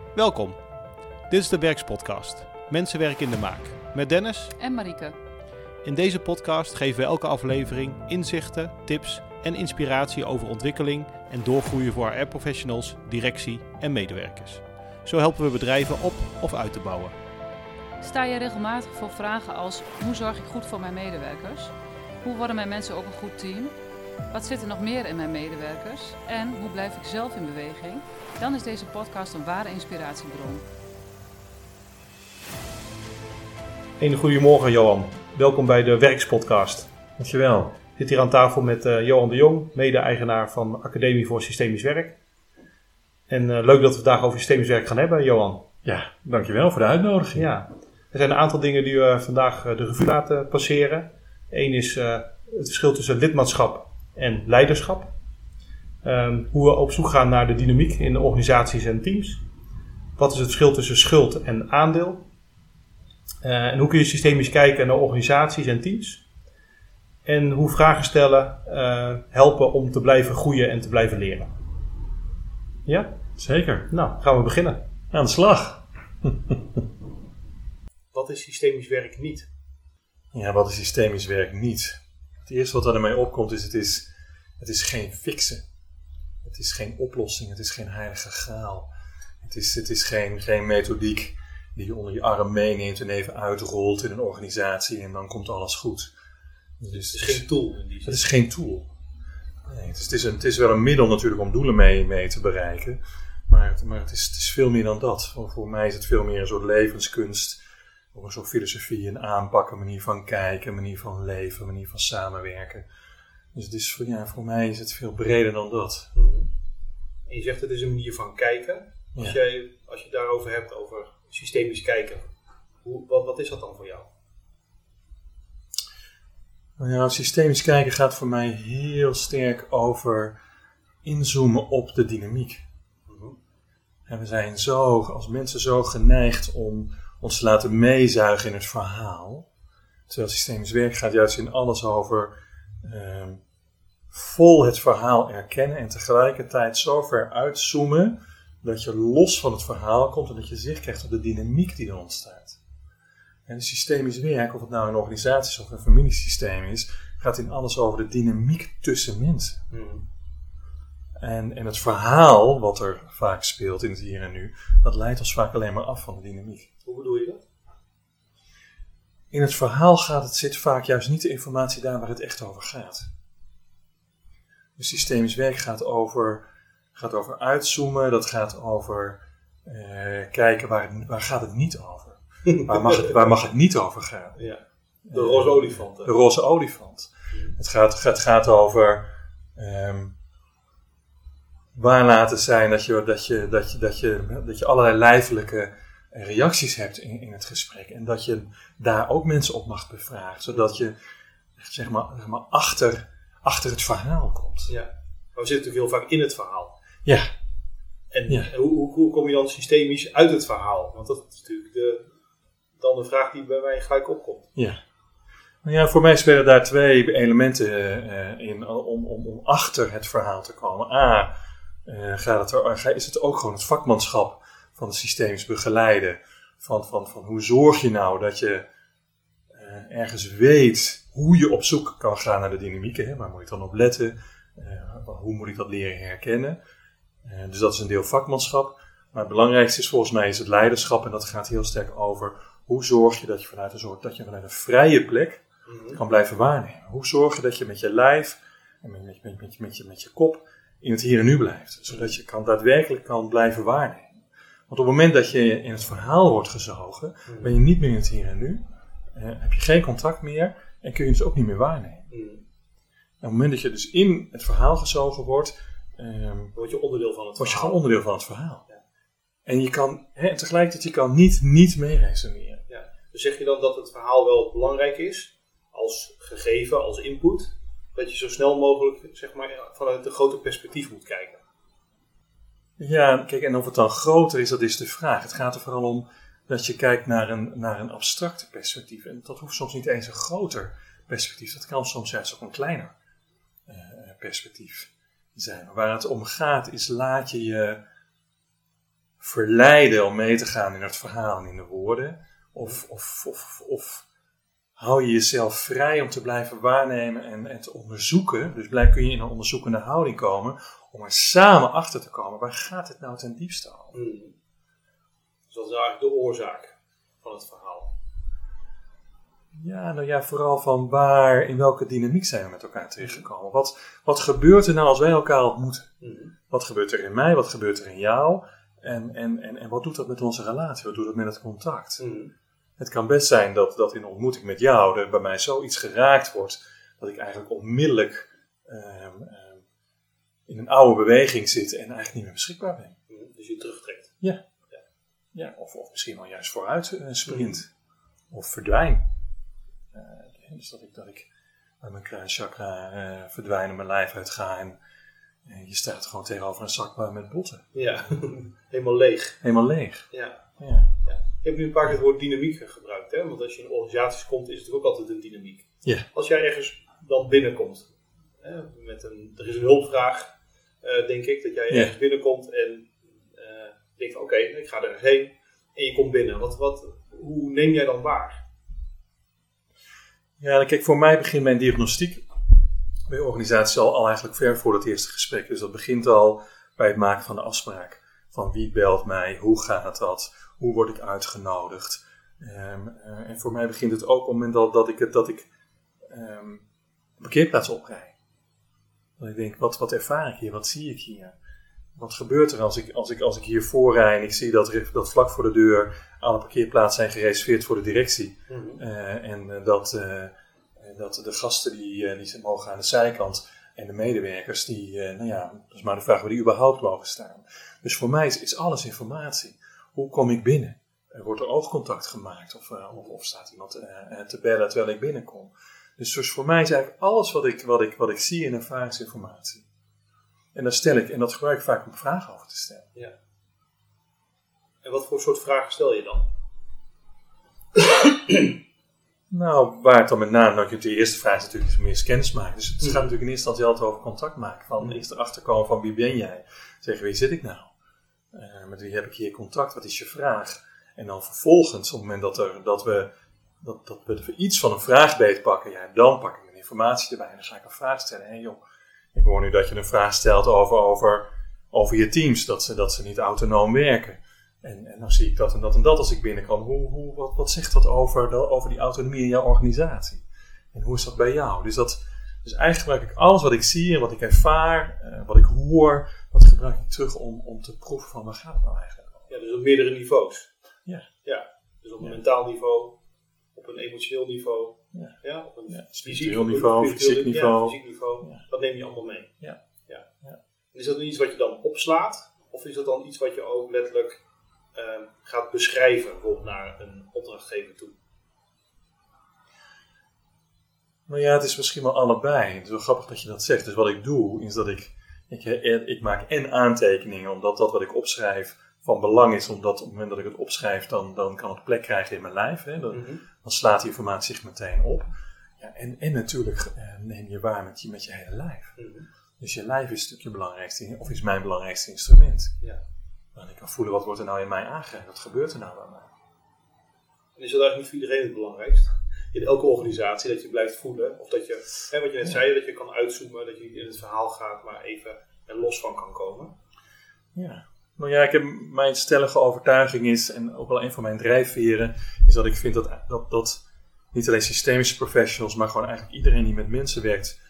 Welkom. Dit is de Werkspodcast. Mensenwerk in de maak. Met Dennis en Marieke. In deze podcast geven we elke aflevering inzichten, tips en inspiratie over ontwikkeling en doorgroeien voor HR-professionals, directie en medewerkers. Zo helpen we bedrijven op of uit te bouwen. Sta je regelmatig voor vragen als: hoe zorg ik goed voor mijn medewerkers? Hoe worden mijn mensen ook een goed team? Wat zit er nog meer in mijn medewerkers? En hoe blijf ik zelf in beweging? Dan is deze podcast een ware inspiratiebron. Een goedemorgen Johan. Welkom bij de Werkspodcast. Dankjewel. Ik zit hier aan tafel met Johan de Jong, mede-eigenaar van Academie voor Systemisch Werk. En leuk dat we het vandaag over systemisch werk gaan hebben, Johan. Ja, dankjewel voor de uitnodiging. Ja, er zijn een aantal dingen die we vandaag de revue laten passeren. Eén is het verschil tussen lidmaatschap en leiderschap. Hoe we op zoek gaan naar de dynamiek in de organisaties en teams. Wat is het verschil tussen schuld en aandeel? En hoe kun je systemisch kijken naar organisaties en teams? En hoe vragen stellen helpen om te blijven groeien en te blijven leren. Ja? Zeker. Nou, gaan we beginnen. Aan de slag. Wat is systemisch werk niet? Ja, wat is systemisch werk niet? Het eerste wat er mij opkomt is, het is geen fixen. Het is geen oplossing, het is geen heilige graal. Het is geen methodiek die je onder je arm meeneemt en even uitrolt in een organisatie en dan komt alles goed. Dus het is geen tool in die zin. Het is geen tool. Nee, het is wel een middel natuurlijk om doelen mee te bereiken. Maar het is veel meer dan dat. Voor mij is het veel meer een soort levenskunst. Of een soort filosofie, een aanpak, een manier van kijken, een manier van leven, een manier van samenwerken. Dus het is, voor mij is het veel breder dan dat. En je zegt het is een manier van kijken. Ja. Als je daarover hebt, over systemisch kijken, wat is dat dan voor jou? Nou ja, systemisch kijken gaat voor mij heel sterk over inzoomen op de dynamiek. En we zijn als mensen zo geneigd om ons te laten meezuigen in het verhaal. Terwijl systemisch werk gaat juist in alles over vol het verhaal erkennen en tegelijkertijd zo ver uitzoomen dat je los van het verhaal komt en dat je zicht krijgt op de dynamiek die er ontstaat. En het systemisch werk, of het nou een organisaties of een familiesysteem is, gaat in alles over de dynamiek tussen mensen. En het verhaal wat er vaak speelt in het hier en nu, dat leidt ons vaak alleen maar af van de dynamiek. Hoe bedoel je dat? In het verhaal zit vaak juist niet de informatie daar waar het echt over gaat. Dus systemisch werk gaat over uitzoomen, dat gaat over kijken waar gaat het niet over. Waar mag het niet over gaan? Ja. De roze olifant. De roze olifant. Het gaat over waar laten zijn dat je allerlei lijfelijke reacties hebt in het gesprek. En dat je daar ook mensen op mag bevragen. Zodat je zeg maar achter het verhaal komt. Ja. Maar we zitten natuurlijk heel vaak in het verhaal. Ja. En hoe kom je dan systemisch uit het verhaal? Want dat is natuurlijk dan de vraag die bij mij gelijk opkomt. Ja. Nou ja, voor mij spelen daar twee elementen in om achter het verhaal te komen. Is het ook gewoon het vakmanschap van het systemisch begeleiden. Van hoe zorg je nou dat je ergens weet hoe je op zoek kan gaan naar de dynamieken. Hè? Waar moet ik dan op letten? Hoe moet ik dat leren herkennen? Dus dat is een deel vakmanschap. Maar het belangrijkste is volgens mij het leiderschap. En dat gaat heel sterk over hoe zorg je dat je vanuit een vrije plek kan blijven waarnemen. Hoe zorg je dat je met je lijf en met je kop in het hier en nu blijft. Zodat je daadwerkelijk kan blijven waarnemen. Want op het moment dat je in het verhaal wordt gezogen, ben je niet meer in het hier en nu. Heb je geen contact meer en kun je dus ook niet meer waarnemen. En op het moment dat je dus in het verhaal gezogen wordt, word je onderdeel van het word je verhaal. gewoon onderdeel van het verhaal. Ja. En je kan, tegelijkertijd, je kan niet mee resoneren. Ja. Dus zeg je dan dat het verhaal wel belangrijk is, als gegeven, als input, dat je zo snel mogelijk zeg maar, vanuit een groter perspectief moet kijken? Ja, kijk, en of het dan groter is, dat is de vraag. Het gaat er vooral om dat je kijkt naar een abstracte perspectief. En dat hoeft soms niet eens een groter perspectief. Dat kan soms juist ook een kleiner perspectief zijn. Maar waar het om gaat is, laat je verleiden om mee te gaan in het verhaal en in de woorden? Of hou je jezelf vrij om te blijven waarnemen en te onderzoeken? Dus kun je in een onderzoekende houding komen om er samen achter te komen. Waar gaat het nou ten diepste over? Dus dat is eigenlijk de oorzaak van het verhaal. Ja, nou ja, vooral van in welke dynamiek zijn we met elkaar terechtgekomen? Wat gebeurt er nou als wij elkaar ontmoeten? Wat gebeurt er in mij? Wat gebeurt er in jou? En wat doet dat met onze relatie? Wat doet dat met het contact? Het kan best zijn dat in de ontmoeting met jou er bij mij zoiets geraakt wordt, dat ik eigenlijk onmiddellijk in een oude beweging zit en eigenlijk niet meer beschikbaar ben. Dus je terugtrekt. Ja, of misschien wel juist vooruit sprint. Of verdwijn. Dus dat ik bij mijn kruinchakra verdwijn en mijn lijf uitga en je staat gewoon tegenover een zak met botten. Ja, helemaal leeg. Helemaal leeg. Ja. Je hebt nu een paar keer het woord dynamiek gebruikt, hè? Want als je in organisaties komt, is het ook altijd een dynamiek. Ja. Als jij ergens dan binnenkomt, hè, er is een hulpvraag, denk ik, dat jij ergens binnenkomt en denkt van oké, ik ga er heen en je komt binnen. Hoe neem jij dan waar? Ja, kijk, voor mij begint mijn diagnostiek bij organisaties al eigenlijk ver voor het eerste gesprek. Dus dat begint al bij het maken van de afspraak. Van wie belt mij, hoe gaat dat, hoe word ik uitgenodigd. En voor mij begint het ook op het moment dat ik een parkeerplaats oprij. Dat ik denk, wat ervaar ik hier, wat zie ik hier? Wat gebeurt er als ik hier voorrij en ik zie dat vlak voor de deur alle parkeerplaatsen zijn gereserveerd voor de directie. En dat de gasten die mogen aan de zijkant en de medewerkers dat is maar de vraag waar die überhaupt mogen staan. Dus voor mij is alles informatie. Hoe kom ik binnen? Wordt er oogcontact gemaakt of staat iemand te bellen terwijl ik binnenkom? Dus voor mij is eigenlijk alles wat ik zie en ervaar is informatie. En dat gebruik ik vaak om vragen over te stellen. Ja. En wat voor soort vragen stel je dan? Nou, waar het dan met name, de eerste vraag is natuurlijk meer kennis maken. Dus het gaat natuurlijk in eerste instantie altijd over contact maken. Van eerst erachter komen van wie ben jij? Zeggen, wie zit ik nou? Met wie heb ik hier contact? Wat is je vraag? En dan vervolgens, op het moment dat we iets van een vraag beetpakken, dan pak ik mijn informatie erbij. En dan ga ik een vraag stellen. Hé joh, ik hoor nu dat je een vraag stelt over je teams. Dat ze niet autonoom werken. En dan zie ik dat en dat en dat als ik binnenkom. Wat zegt dat over die autonomie in jouw organisatie? En hoe is dat bij jou? Dus eigenlijk gebruik ik alles wat ik zie en wat ik ervaar, wat ik hoor, dat gebruik ik terug om te proeven van waar gaat het nou eigenlijk over. Ja, dus op meerdere niveaus. Ja. Dus op een mentaal niveau, op een emotioneel niveau, op een spiritueel niveau, fysiek niveau. Ja. Dat neem je allemaal mee. Ja. En is dat dan iets wat je dan opslaat? Of is dat dan iets wat je ook letterlijk gaat beschrijven, bijvoorbeeld naar een opdrachtgever toe? Nou ja, het is misschien wel allebei. Het is wel grappig dat je dat zegt. Dus wat ik doe, is dat ik maak en aantekeningen, omdat dat wat ik opschrijf van belang is, omdat op het moment dat ik het opschrijf, dan kan het plek krijgen in mijn lijf. Hè? Dan slaat die informatie zich meteen op. Ja, en natuurlijk neem je waar met je hele lijf. Dus je lijf is natuurlijk je belangrijkste, of is mijn belangrijkste instrument. Ja. En ik kan voelen, wat wordt er nou in mij aangeraakt? Wat gebeurt er nou bij mij? En is dat eigenlijk niet voor iedereen het belangrijkst? In elke organisatie, dat je blijft voelen. Of dat je, wat je net zei, dat je kan uitzoomen, dat je niet in het verhaal gaat, maar even er los van kan komen. Ja. Nou ja, mijn stellige overtuiging is, en ook wel een van mijn drijfveren, is dat ik vind dat niet alleen systemische professionals, maar gewoon eigenlijk iedereen die met mensen werkt,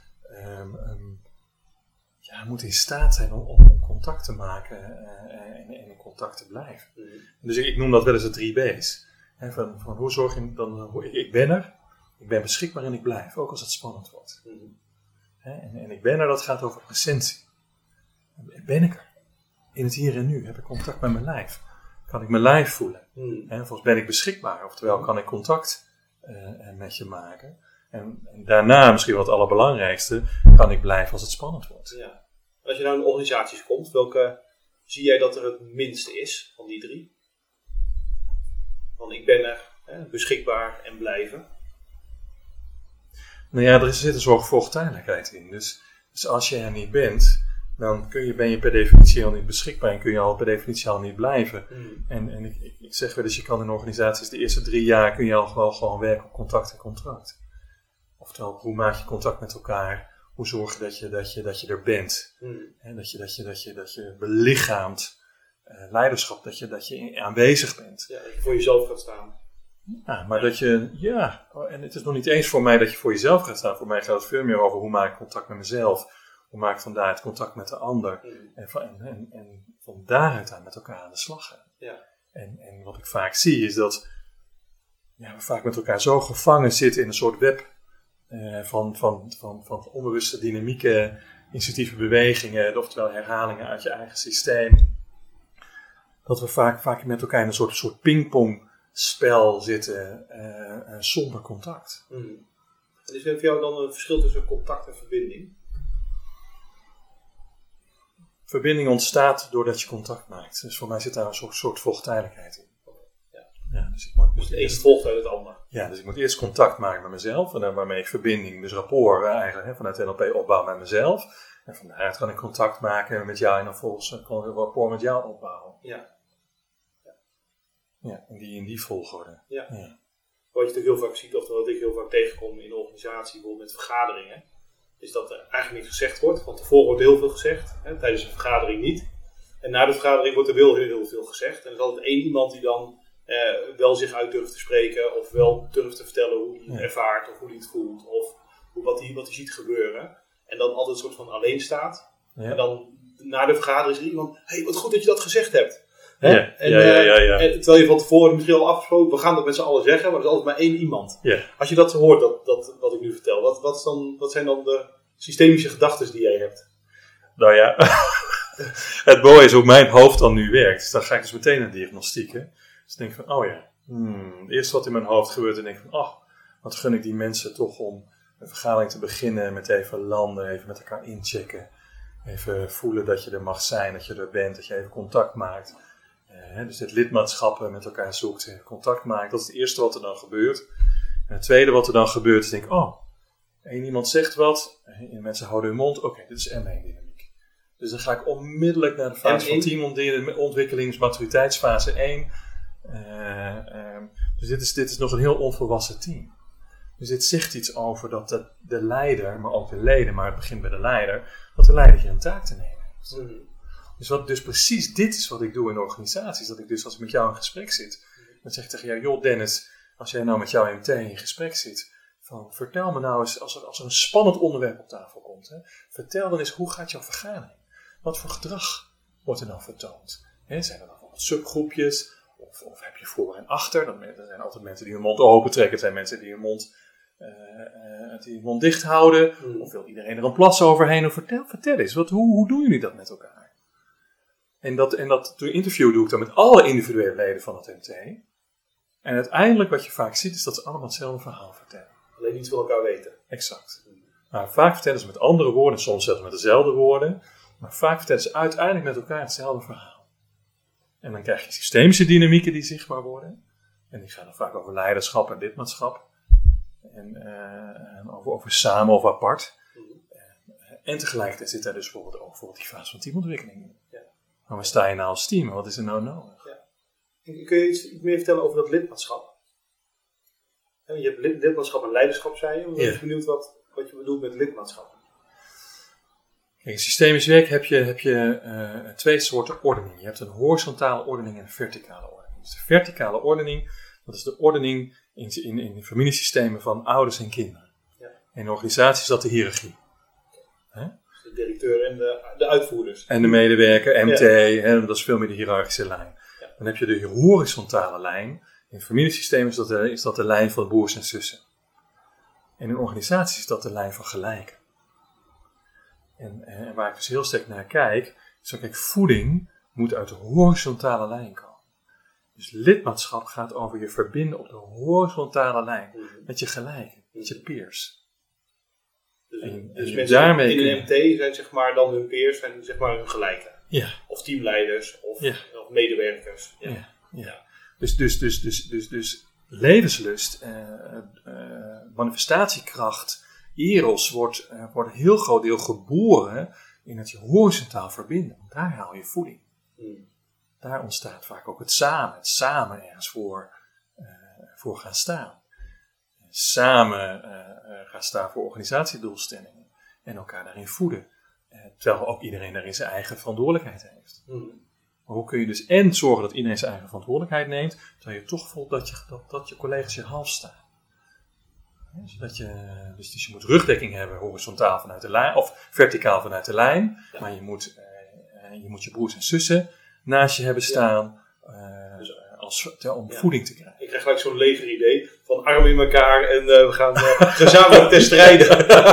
moet in staat zijn om contact te maken en in contact te blijven. Dus ik noem dat wel eens de 3 B's. Van hoe zorg je dan, ik ben er, ik ben beschikbaar en ik blijf, ook als het spannend wordt. En ik ben er, dat gaat over presentie. Ben ik er? In het hier en nu heb ik contact met mijn lijf. Kan ik mijn lijf voelen? Volgens ben ik beschikbaar, oftewel kan ik contact met je maken. En daarna, misschien wel het allerbelangrijkste, kan ik blijven als het spannend wordt. Ja. Als je nou in organisaties komt, welke zie jij dat er het minste is van die 3? Want ik ben er, beschikbaar en blijven. Nou ja, er zit een zorg voor tijdelijkheid in. Dus als je er niet bent, dan ben je per definitie al niet beschikbaar en kun je al per definitie al niet blijven. En ik zeg wel eens, je kan in organisaties de eerste 3 jaar kun je al gewoon werken op contact en contract. Oftewel, hoe maak je contact met elkaar? Hoe zorg je dat je er bent? En dat je belichaamt leiderschap, dat je aanwezig bent. Ja, dat je voor jezelf gaat staan. Ja, maar en het is nog niet eens voor mij dat je voor jezelf gaat staan. Voor mij gaat het veel meer over hoe maak ik contact met mezelf. Hoe maak ik vandaar het contact met de ander. En van daaruit aan met elkaar aan de slag gaan. Ja. En wat ik vaak zie is dat we vaak met elkaar zo gevangen zitten in een soort web van onbewuste dynamieken, instinctieve bewegingen, oftewel herhalingen uit je eigen systeem. Dat we vaak met elkaar in een soort pingpongspel zitten zonder contact. En is er voor jou dan een verschil tussen contact en verbinding? Verbinding ontstaat doordat je contact maakt. Dus voor mij zit daar een soort volgtijdelijkheid in. Dus het een volgt uit het ander. Ja, dus ik moet eerst contact maken met mezelf. En dan waarmee ik verbinding, dus rapport eigenlijk vanuit NLP opbouw met mezelf. En van daaruit kan ik contact maken met jou en dan volgens kan ik een rapport met jou opbouwen. Ja, in die volgorde. Ja. Wat je natuurlijk heel vaak ziet, of wat ik heel vaak tegenkom in een organisatie, bijvoorbeeld met vergaderingen, is dat er eigenlijk niks gezegd wordt. Van tevoren wordt heel veel gezegd, tijdens een vergadering niet. En na de vergadering wordt er wel heel veel gezegd. En er is altijd één iemand die dan wel zich uit durft te spreken, of wel durft te vertellen hoe hij het ervaart, of hoe hij het voelt, of wat hij ziet gebeuren. En dan altijd een soort van alleen staat. Ja. En dan na de vergadering is er iemand, hey, wat goed dat je dat gezegd hebt. Ja. En terwijl je van tevoren misschien al afgesproken, we gaan dat met z'n allen zeggen, maar er is altijd maar één iemand. Ja. Als je dat hoort, wat ik nu vertel, wat zijn dan de systemische gedachten die jij hebt? Nou ja, het mooie is hoe mijn hoofd dan nu werkt. Dus dan ga ik dus meteen naar diagnostiek. Hè? Dus denk ik van, het eerste wat in mijn hoofd gebeurt, en denk ik van, wat gun ik die mensen toch om een vergadering te beginnen met even landen, even met elkaar inchecken. Even voelen dat je er mag zijn, dat je er bent, dat je even contact maakt. Dus dit lidmaatschappen met elkaar zoekt, contact maakt. Dat is het eerste wat er dan gebeurt. En het tweede wat er dan gebeurt is denk ik, één iemand zegt wat, en mensen houden hun mond. Oké, dit is M1-dynamiek. Dus dan ga ik onmiddellijk naar de fase van teamontwikkeling, maturiteitsfase 1. Dus dit is nog een heel onvolwassen team. Dus dit zegt iets over dat de leider, maar ook de leden, maar het begint bij de leider, dat de leider hier een taak te nemen heeft. Dus precies dit is wat ik doe in organisaties. Dat ik dus als ik met jou in gesprek zit, dan zeg ik tegen jou, joh Dennis, als jij nou met jouw MT in gesprek zit, vertel me nou eens, als er een spannend onderwerp op tafel komt, vertel dan eens, hoe gaat jouw vergadering? Wat voor gedrag wordt er dan vertoond? Zijn er dan bijvoorbeeld subgroepjes? Of heb je voor en achter? Er zijn altijd mensen die hun mond open trekken. Er zijn mensen die hun mond dicht houden. Of wil iedereen er een plas overheen? Of vertel eens, hoe doen jullie dat met elkaar? En dat interview doe ik dan met alle individuele leden van het MT. En uiteindelijk wat je vaak ziet is dat ze allemaal hetzelfde verhaal vertellen. Alleen iets van elkaar weten. Exact. Maar vaak vertellen ze met andere woorden, soms zelfs met dezelfde woorden. Maar vaak vertellen ze uiteindelijk met elkaar hetzelfde verhaal. En dan krijg je systemische dynamieken die zichtbaar worden. En die gaan dan vaak over leiderschap en lidmaatschap. En over samen of apart. En tegelijkertijd zit daar dus bijvoorbeeld die fase van teamontwikkeling in. Ja. Maar waar sta je nou als team en wat is er nou nodig? Ja. Kun je iets meer vertellen over dat lidmaatschap? Je hebt lidmaatschap en leiderschap, zei je. Ik ben even benieuwd wat je bedoelt met lidmaatschap. Kijk, in systemisch werk heb je 2 soorten ordening. Je hebt een horizontale ordening en een verticale ordening. Dus de verticale ordening, dat is de ordening in familiesystemen van ouders en kinderen. Ja. En in organisaties is dat de hiërarchie. Dus de directeur en de uitvoerders. En de medewerker, MT, dat is veel meer de hiërarchische lijn. Ja. Dan heb je de horizontale lijn. In familiesystemen is dat de lijn van broers en zussen. En in organisaties is dat de lijn van gelijken. En waar ik dus heel sterk naar kijk, is dat voeding moet uit de horizontale lijn komen. Dus lidmaatschap gaat over je verbinden op de horizontale lijn. Met je gelijken, met je peers. Dus mensen in een MT zijn zeg maar dan hun peers, zijn zeg maar hun gelijken. Ja. Of teamleiders, of medewerkers. Ja. Dus levenslust, manifestatiekracht, eros wordt een heel groot deel geboren in het je horizontaal verbinden. Daar haal je voeding. Daar ontstaat vaak ook het samen ergens voor gaan staan. Samen gaan staan voor organisatiedoelstellingen en elkaar daarin voeden. Terwijl ook iedereen daarin zijn eigen verantwoordelijkheid heeft. Maar hoe kun je dus en zorgen dat iedereen zijn eigen verantwoordelijkheid neemt, terwijl je toch voelt dat je collega's je half staan. Dus je moet rugdekking hebben horizontaal vanuit de lijn of verticaal vanuit de lijn. Ja. Maar je moet je broers en zussen naast je hebben staan om voeding te krijgen. Ik krijg gelijk zo'n leger idee van armen in elkaar en we gaan gezamenlijk ten strijde.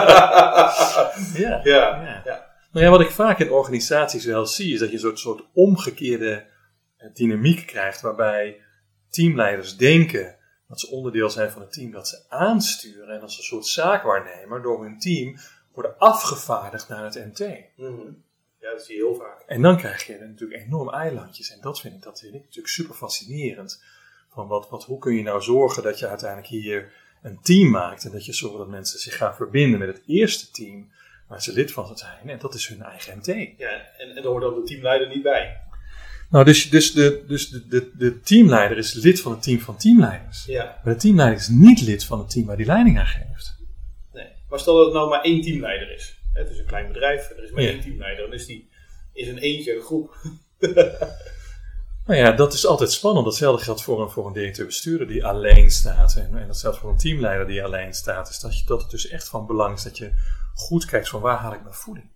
Ja. Nou ja, wat ik vaak in organisaties wel zie is dat je een soort omgekeerde dynamiek krijgt waarbij teamleiders denken dat ze onderdeel zijn van het team dat ze aansturen en als een soort zaakwaarnemer door hun team worden afgevaardigd naar het MT. Ja, dat zie je heel vaak. En dan krijg je natuurlijk enorm eilandjes en dat vind ik natuurlijk super fascinerend. Van hoe kun je nou zorgen dat je uiteindelijk hier een team maakt en dat je zorgt dat mensen zich gaan verbinden met het eerste team waar ze lid van zijn en dat is hun eigen MT. Ja, en daar hoort dan de teamleider niet bij. Nou, dus de teamleider is lid van het team van teamleiders. Ja. Maar de teamleider is niet lid van het team waar die leiding aan geeft. Nee, maar stel dat het nou maar één teamleider is. Het is een klein bedrijf, er is maar één teamleider. Dan is die in een eentje een groep. Nou ja, dat is altijd spannend. Datzelfde geldt voor een directeur-bestuurder die alleen staat. En dat geldt voor een teamleider die alleen staat. Dus dat het dus echt van belang is dat je goed kijkt van waar haal ik mijn voeding.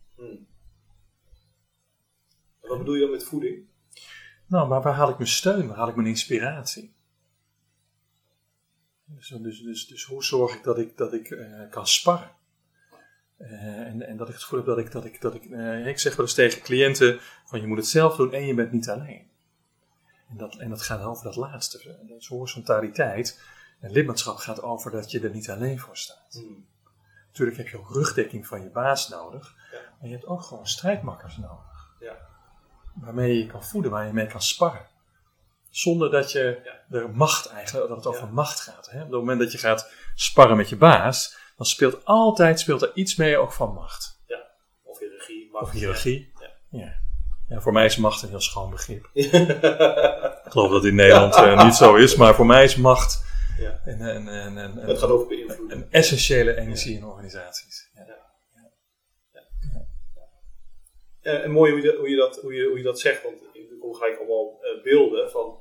Wat bedoel je dan met voeding? Nou, maar waar haal ik mijn steun? Waar haal ik mijn inspiratie? Dus hoe zorg ik dat ik kan sparren? En dat ik het gevoel heb ik zeg wel eens tegen cliënten van je moet het zelf doen en je bent niet alleen. En dat gaat over dat laatste. Dat is horizontaliteit. En lidmaatschap gaat over dat je er niet alleen voor staat. Natuurlijk heb je ook rugdekking van je baas nodig. Ja. Maar je hebt ook gewoon strijdmakkers nodig. Ja. Waarmee je kan voeden, waar je mee kan sparren. Zonder dat je er macht eigenlijk, dat het over macht gaat. Hè? Op het moment dat je gaat sparren met je baas, dan speelt er iets mee ook van macht. Ja. Of hiërarchie. Macht. Of hiërarchie. Ja, voor mij is macht een heel schoon begrip. Ik geloof dat het in Nederland niet zo is, maar voor mij is macht het gaat over beïnvloeden. Een essentiële energie in organisaties. En mooi hoe je dat zegt, want er komen gelijk allemaal beelden van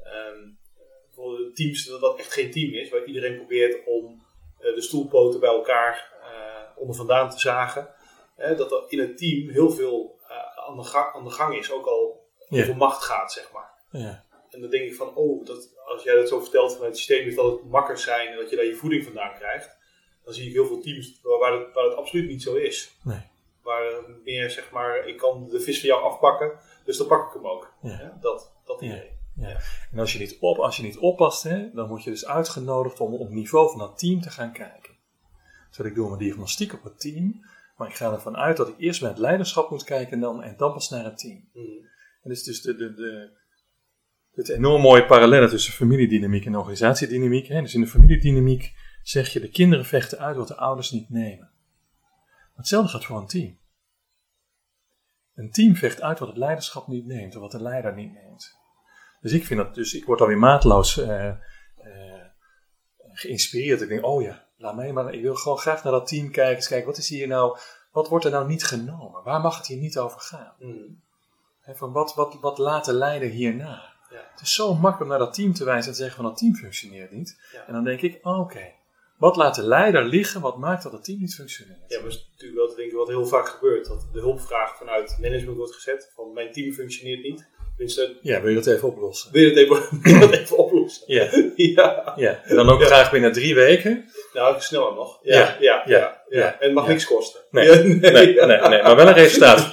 teams dat echt geen team is, waar iedereen probeert om de stoelpoten bij elkaar onder vandaan te zagen. Dat er in het team heel veel aan de gang is, ook al over macht gaat, zeg maar. Ja. En dan denk ik van, als jij dat zo vertelt vanuit het systeem, is dat het makkers zijn en dat je daar je voeding vandaan krijgt. Dan zie ik heel veel teams waar het absoluut niet zo is. Nee. Waar meer, zeg maar, ik kan de vis van jou afpakken, dus dan pak ik hem ook. Ja. Dat idee. Ja. En als je niet oppast, dan word je dus uitgenodigd om op het niveau van dat team te gaan kijken. Dus ik doe mijn diagnostiek op het team, maar ik ga ervan uit dat ik eerst bij het leiderschap moet kijken en dan pas naar het team. En dus het enorm mooie parallellen tussen familiedynamiek en organisatiedynamiek. Dus in de familiedynamiek zeg je de kinderen vechten uit wat de ouders niet nemen. Maar hetzelfde gaat voor een team. Een team vecht uit wat het leiderschap niet neemt en wat de leider niet neemt. Dus ik vind dat, ik word dan weer maatloos geïnspireerd. Ik denk, laat mij maar, ik wil gewoon graag naar dat team kijken. Eens kijken, wat wordt er nou niet genomen? Waar mag het hier niet over gaan? Van wat laat de leider hierna? Ja. Het is zo makkelijk om naar dat team te wijzen en te zeggen van dat team functioneert niet. Ja. En dan denk ik, wat laat de leider liggen? Wat maakt dat het team niet functioneert? Ja, maar dat is natuurlijk wel, denk ik, wat heel vaak gebeurt. Dat de hulpvraag vanuit management wordt gezet. Van mijn team functioneert niet. Wil je dat even oplossen? Wil je dat even oplossen? Ja. En dan ook graag binnen 3 weken. Nou, sneller nog. Ja. En het mag niks kosten. Nee, maar wel een resultaat.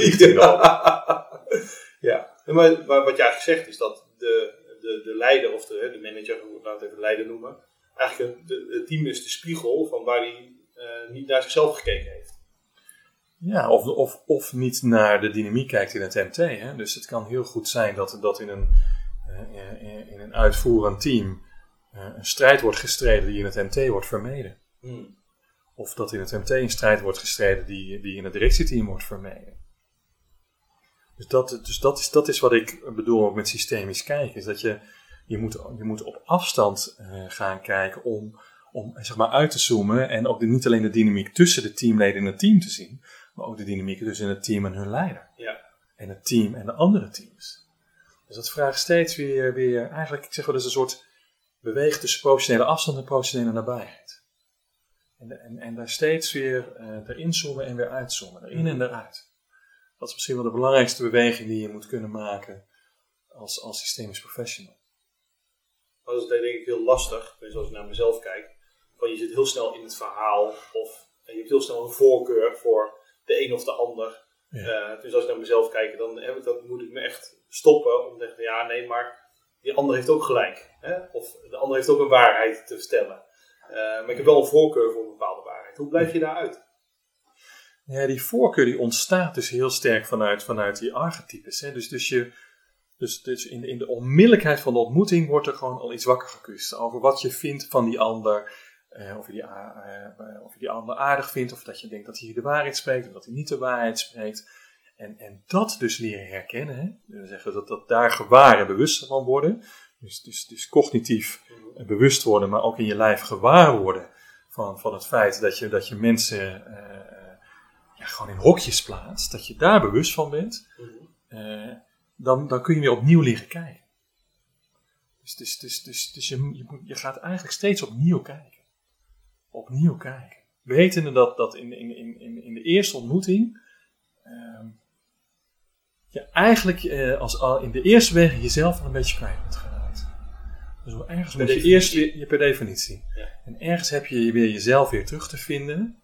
Ja. Maar wat je eigenlijk zegt is dat de leider of de manager, laten we het even leider noemen, eigenlijk het team is de spiegel van waar hij niet naar zichzelf gekeken heeft. Ja, of niet naar de dynamiek kijkt in het MT. Hè? Dus het kan heel goed zijn dat in een uitvoerend team een strijd wordt gestreden die in het MT wordt vermeden. Of dat in het MT een strijd wordt gestreden die in het directieteam wordt vermeden. Dus dat is wat ik bedoel met systemisch kijken. Is dat je moet op afstand gaan kijken om zeg maar uit te zoomen. En ook niet alleen de dynamiek tussen de teamleden in het team te zien. Maar ook de dynamiek tussen het team en hun leider. Ja. En het team en de andere teams. Dus dat vraagt steeds weer eigenlijk, ik zeg wel, dus een soort bewegen tussen professionele afstand en professionele nabijheid. En daar steeds weer erin zoomen en weer uitzoomen. Erin en eruit. Dat is misschien wel de belangrijkste beweging die je moet kunnen maken als systemisch professional. Dat is denk ik heel lastig, als ik naar mezelf kijk. Van je zit heel snel in het verhaal of je hebt heel snel een voorkeur voor de een of de ander. Ja. Dus als ik naar mezelf kijk, dan moet ik me echt stoppen om te zeggen, maar die ander heeft ook gelijk. Hè? Of de ander heeft ook een waarheid te vertellen. Maar ik heb wel een voorkeur voor een bepaalde waarheid. Hoe blijf je daaruit? Ja, die voorkeur die ontstaat dus heel sterk vanuit die archetypes. Hè? Dus in de onmiddellijkheid van de ontmoeting wordt er gewoon al iets wakker gekust. Over wat je vindt van die ander. Of je die ander aardig vindt. Of dat je denkt dat hij de waarheid spreekt. Of dat hij niet de waarheid spreekt. En dat dus leren herkennen. Hè? We zeggen dat daar gewaar en bewust van worden. Dus cognitief bewust worden. Maar ook in je lijf gewaar worden. Van het feit dat je mensen gewoon in hokjes plaatst. Dat je daar bewust van bent. Dan kun je weer opnieuw leren kijken. Dus je gaat eigenlijk steeds opnieuw kijken. Opnieuw kijken. Wetende dat in de eerste ontmoeting je eigenlijk in de eerste beweging jezelf al een beetje kwijt bent geraakt. Dus ergens moet je eerst weer, per definitie. Ja. En ergens heb je weer jezelf weer terug te vinden.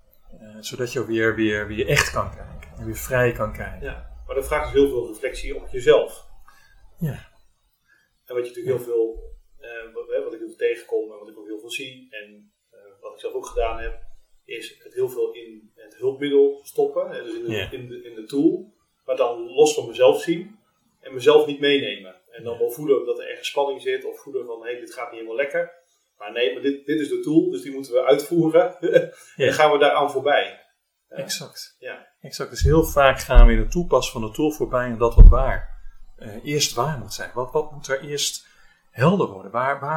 Zodat je weer echt kan kijken. En weer vrij kan kijken. Ja. Maar dat vraagt dus heel veel reflectie op jezelf. Ja. En wat je natuurlijk heel veel, wat ik heel veel tegenkom en wat ik ook heel veel zie en wat ik zelf ook gedaan heb, is het heel veel in het hulpmiddel stoppen, dus in de tool, maar dan los van mezelf zien en mezelf niet meenemen. En dan wel voelen dat er ergens spanning zit of voelen van dit gaat niet helemaal lekker. Maar nee, maar dit is de tool, dus die moeten we uitvoeren. Dan gaan we daaraan voorbij. Exact. Ja. Exact. Dus heel vaak gaan we in het toepassen van de tool voorbij en dat wat eerst waar moet zijn. Wat moet er eerst helder worden?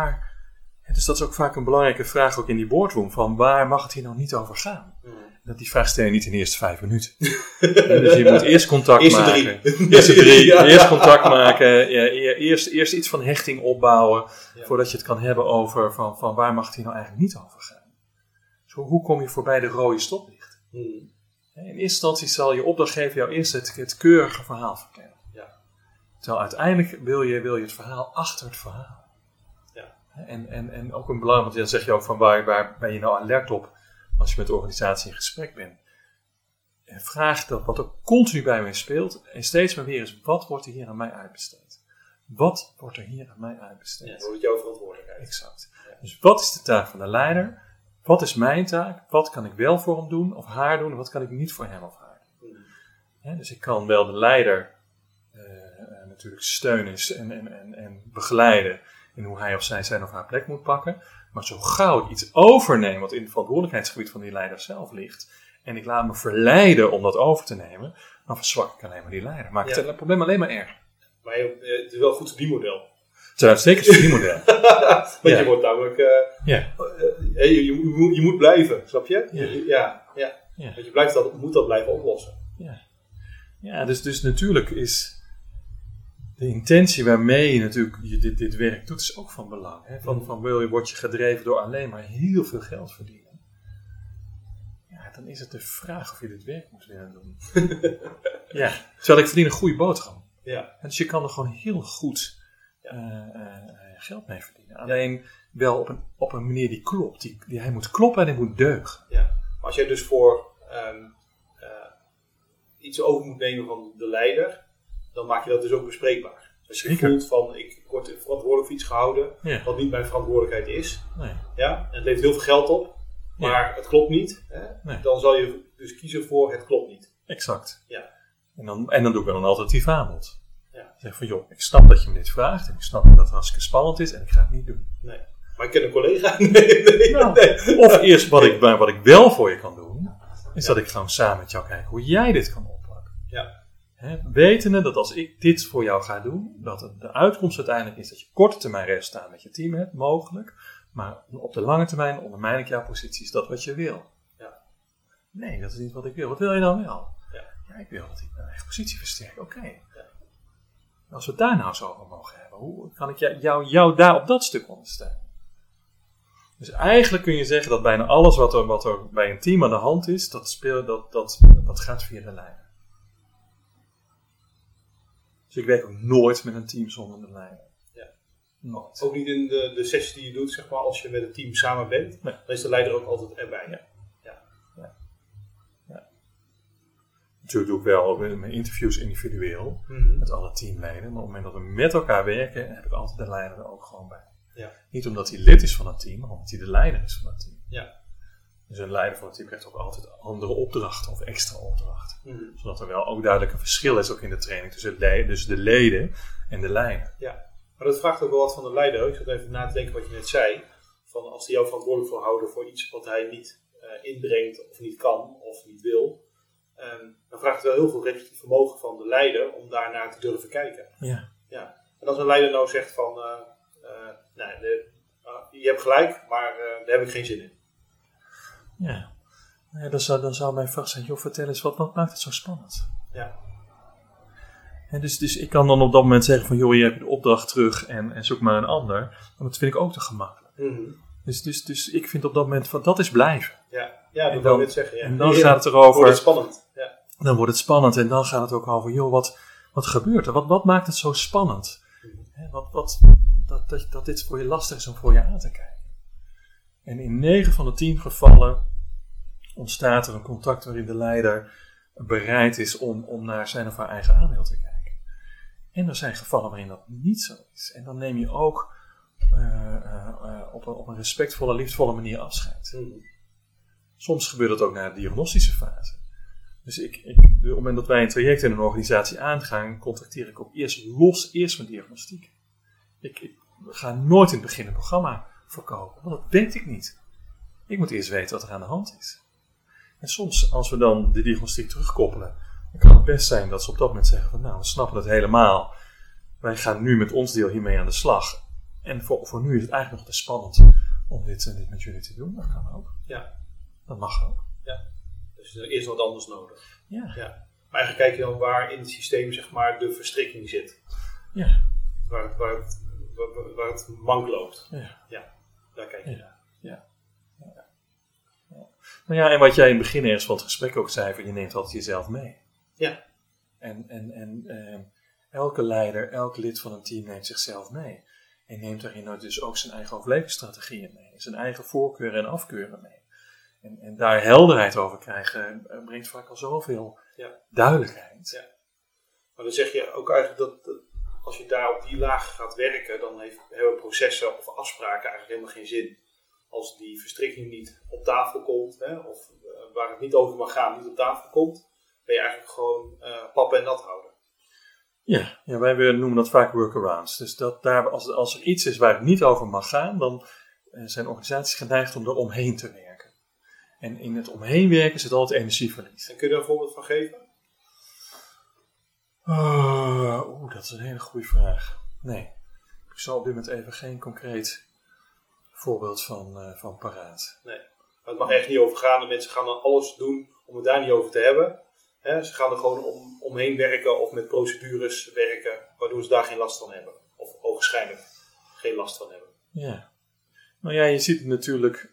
Dus dat is ook vaak een belangrijke vraag ook in die boardroom. Van waar mag het hier nou niet over gaan? Dat die vraag stel je niet in de eerste 5 minuten. Dus je moet eerst contact maken. Eerste 3. Ja. Eerst contact maken. Ja, eerst iets van hechting opbouwen. Ja. Voordat je het kan hebben over van waar mag het hier nou eigenlijk niet over gaan? Zo, hoe kom je voorbij de rode stoplicht? In eerste instantie zal je opdrachtgever jou eerst het keurige verhaal vertellen. Ja. Terwijl uiteindelijk wil je het verhaal achter het verhaal. Ja. En ook een belangrijk, want dan zeg je ook van waar ben je nou alert op als je met de organisatie in gesprek bent. En vraag dat wat ook continu bij mij speelt. En steeds maar weer eens, wat wordt er hier aan mij uitbesteed? Wat wordt er hier aan mij uitbesteed? Ja, dat wordt jouw verantwoordelijkheid. Exact. Ja. Dus wat is de taak van de leider? Wat is mijn taak? Wat kan ik wel voor hem doen of haar doen? En wat kan ik niet voor hem of haar doen? Dus ik kan wel de leider natuurlijk steunen en begeleiden in hoe hij of zij zijn of haar plek moet pakken. Maar zo gauw ik iets overneem wat in het verantwoordelijkheidsgebied van die leider zelf ligt, en ik laat me verleiden om dat over te nemen, dan verzwak ik alleen maar die leider. Maak het probleem alleen maar erger. Maar het is wel een goed verdienmodel. Het is een uitstekend verdienmodel. Want je wordt namelijk... je moet blijven, snap je? Ja. Want je moet dat blijven oplossen. Ja, dus natuurlijk is de intentie waarmee je natuurlijk dit werk doet, is ook van belang. Hè? Word je gedreven door alleen maar heel veel geld verdienen. Ja, dan is het de vraag of je dit werk moet willen doen. Terwijl ik verdien een goede boterham. Ja. En dus je kan er gewoon heel goed geld mee verdienen. Alleen wel op een manier die klopt. Hij moet kloppen en hij moet deugen. Ja. Maar als jij dus voor iets over moet nemen van de leider, dan maak je dat dus ook bespreekbaar. Als je voelt van, ik word verantwoordelijk voor iets gehouden, wat niet mijn verantwoordelijkheid is. Nee. Ja? En het levert heel veel geld op, maar het klopt niet. Hè? Nee. Dan zal je dus kiezen voor het klopt niet. Exact. Ja. En dan doe ik wel een alternatief aanbod. Ja. Zeg van, joh, ik snap dat je me dit vraagt en ik snap dat het hartstikke spannend is en ik ga het niet doen. Nee. Maar ik ken een collega. Nee. Of eerst wat ik wel voor je kan doen, is dat ik gewoon samen met jou kijk hoe jij dit kan oppakken. Ja. Wetende dat als ik dit voor jou ga doen, dat de uitkomst uiteindelijk is dat je korte termijn resultaten met je team hebt, mogelijk. Maar op de lange termijn ondermijn ik jouw positie. Is dat wat je wil? Ja. Nee, dat is niet wat ik wil. Wat wil je dan wel? Ja, ik wil dat ik mijn eigen positie versterk. Oké. Ja. Als we het daar nou zo over mogen hebben, hoe kan ik jou daar op dat stuk ondersteunen? Dus eigenlijk kun je zeggen dat bijna alles wat er bij een team aan de hand is, dat gaat via de leider. Dus ik werk ook nooit met een team zonder de leider. Ja. Nooit. Ook niet in de sessies die je doet, zeg maar, als je met het team samen bent, Nee. dan is de leider ook altijd erbij. Ja. Natuurlijk doe ik wel ook mijn interviews individueel met alle teamleden. Maar op het moment dat we met elkaar werken, heb ik altijd de leider er ook gewoon bij. Ja. Niet omdat hij lid is van het team, maar omdat hij de leider is van het team. Ja. Dus een leider van het team krijgt ook altijd andere opdrachten of extra opdrachten. Mm-hmm. Zodat er wel ook duidelijk een verschil is ook in de training tussen de leden en de leider. Ja, maar dat vraagt ook wel wat van de leider. Ik zat even na te denken wat je net zei. Van als hij jou verantwoordelijk wil houden voor iets wat hij niet inbrengt of niet kan of niet wil. Dan vraagt het wel heel veel reflectief vermogen van de leider om daarnaar te durven kijken. Ja. Ja. En als een leider nou zegt van, je hebt gelijk, maar daar heb ik geen zin in. Ja. Ja, dan zou mijn vraag zijn, joh, vertel eens, wat maakt het zo spannend? Ja. En dus ik kan dan op dat moment zeggen van, joh, je hebt de opdracht terug en zoek maar een ander. Maar dat vind ik ook te gemakkelijk. Mm-hmm. Dus ik vind op dat moment van, dat is blijven. Ja, dat wil ik net zeggen. Ja. En dan gaat het erover. Wordt het spannend. Ja. Dan wordt het spannend en dan gaat het ook over, joh, wat gebeurt er? Wat maakt het zo spannend? Dat dit voor je lastig is om voor je aan te kijken. En in 9 van de 10 gevallen ontstaat er een contact waarin de leider bereid is om naar zijn of haar eigen aandeel te kijken. En er zijn gevallen waarin dat niet zo is. En dan neem je ook op een respectvolle, liefdevolle manier afscheid. Mm-hmm. Soms gebeurt dat ook na de diagnostische fase. Dus op het moment dat wij een traject in een organisatie aangaan, contacteer ik ook eerst mijn diagnostiek. Ik ga nooit in het begin een programma verkopen, want dat weet ik niet. Ik moet eerst weten wat er aan de hand is. En soms, als we dan de diagnostiek terugkoppelen, dan kan het best zijn dat ze op dat moment zeggen van, nou, we snappen het helemaal. Wij gaan nu met ons deel hiermee aan de slag. En voor nu is het eigenlijk nog te spannend om dit met jullie te doen. Dat kan ook. Ja. Dat mag ook. Ja. Dus er is wat anders nodig. Ja. Maar eigenlijk kijk je dan waar in het systeem, zeg maar, de verstrikking zit. Ja. Waar het mank loopt. Ja. Daar kijk je naar. Nou ja, en wat jij in het begin ergens van het gesprek ook zei, van je neemt altijd jezelf mee. Ja. En elke leider, elk lid van een team neemt zichzelf mee. En neemt daarin dus ook zijn eigen overlevingsstrategieën mee. Zijn eigen voorkeuren en afkeuren mee. En daar helderheid over krijgen brengt vaak al zoveel duidelijkheid. Ja. Maar dan zeg je ook eigenlijk dat als je daar op die laag gaat werken, dan hebben processen of afspraken eigenlijk helemaal geen zin. Als die verstrikking niet op tafel komt, of waar het niet over mag gaan, niet op tafel komt, ben je eigenlijk gewoon pap en nat houden. Ja, wij noemen dat vaak workarounds. Dus als er iets is waar het niet over mag gaan, dan zijn organisaties geneigd om er omheen te werken. En in het omheen werken zit altijd energieverlies. En kun je daar een voorbeeld van geven? Dat is een hele goede vraag. Nee, ik zal op dit moment even geen concreet voorbeeld van paraat. Nee, maar het mag echt niet over gaan. De mensen gaan dan alles doen om het daar niet over te hebben. Ze gaan er gewoon omheen werken of met procedures werken, waardoor ze daar geen last van hebben. Of ogenschijnlijk geen last van hebben. Ja. Nou ja, je ziet het natuurlijk.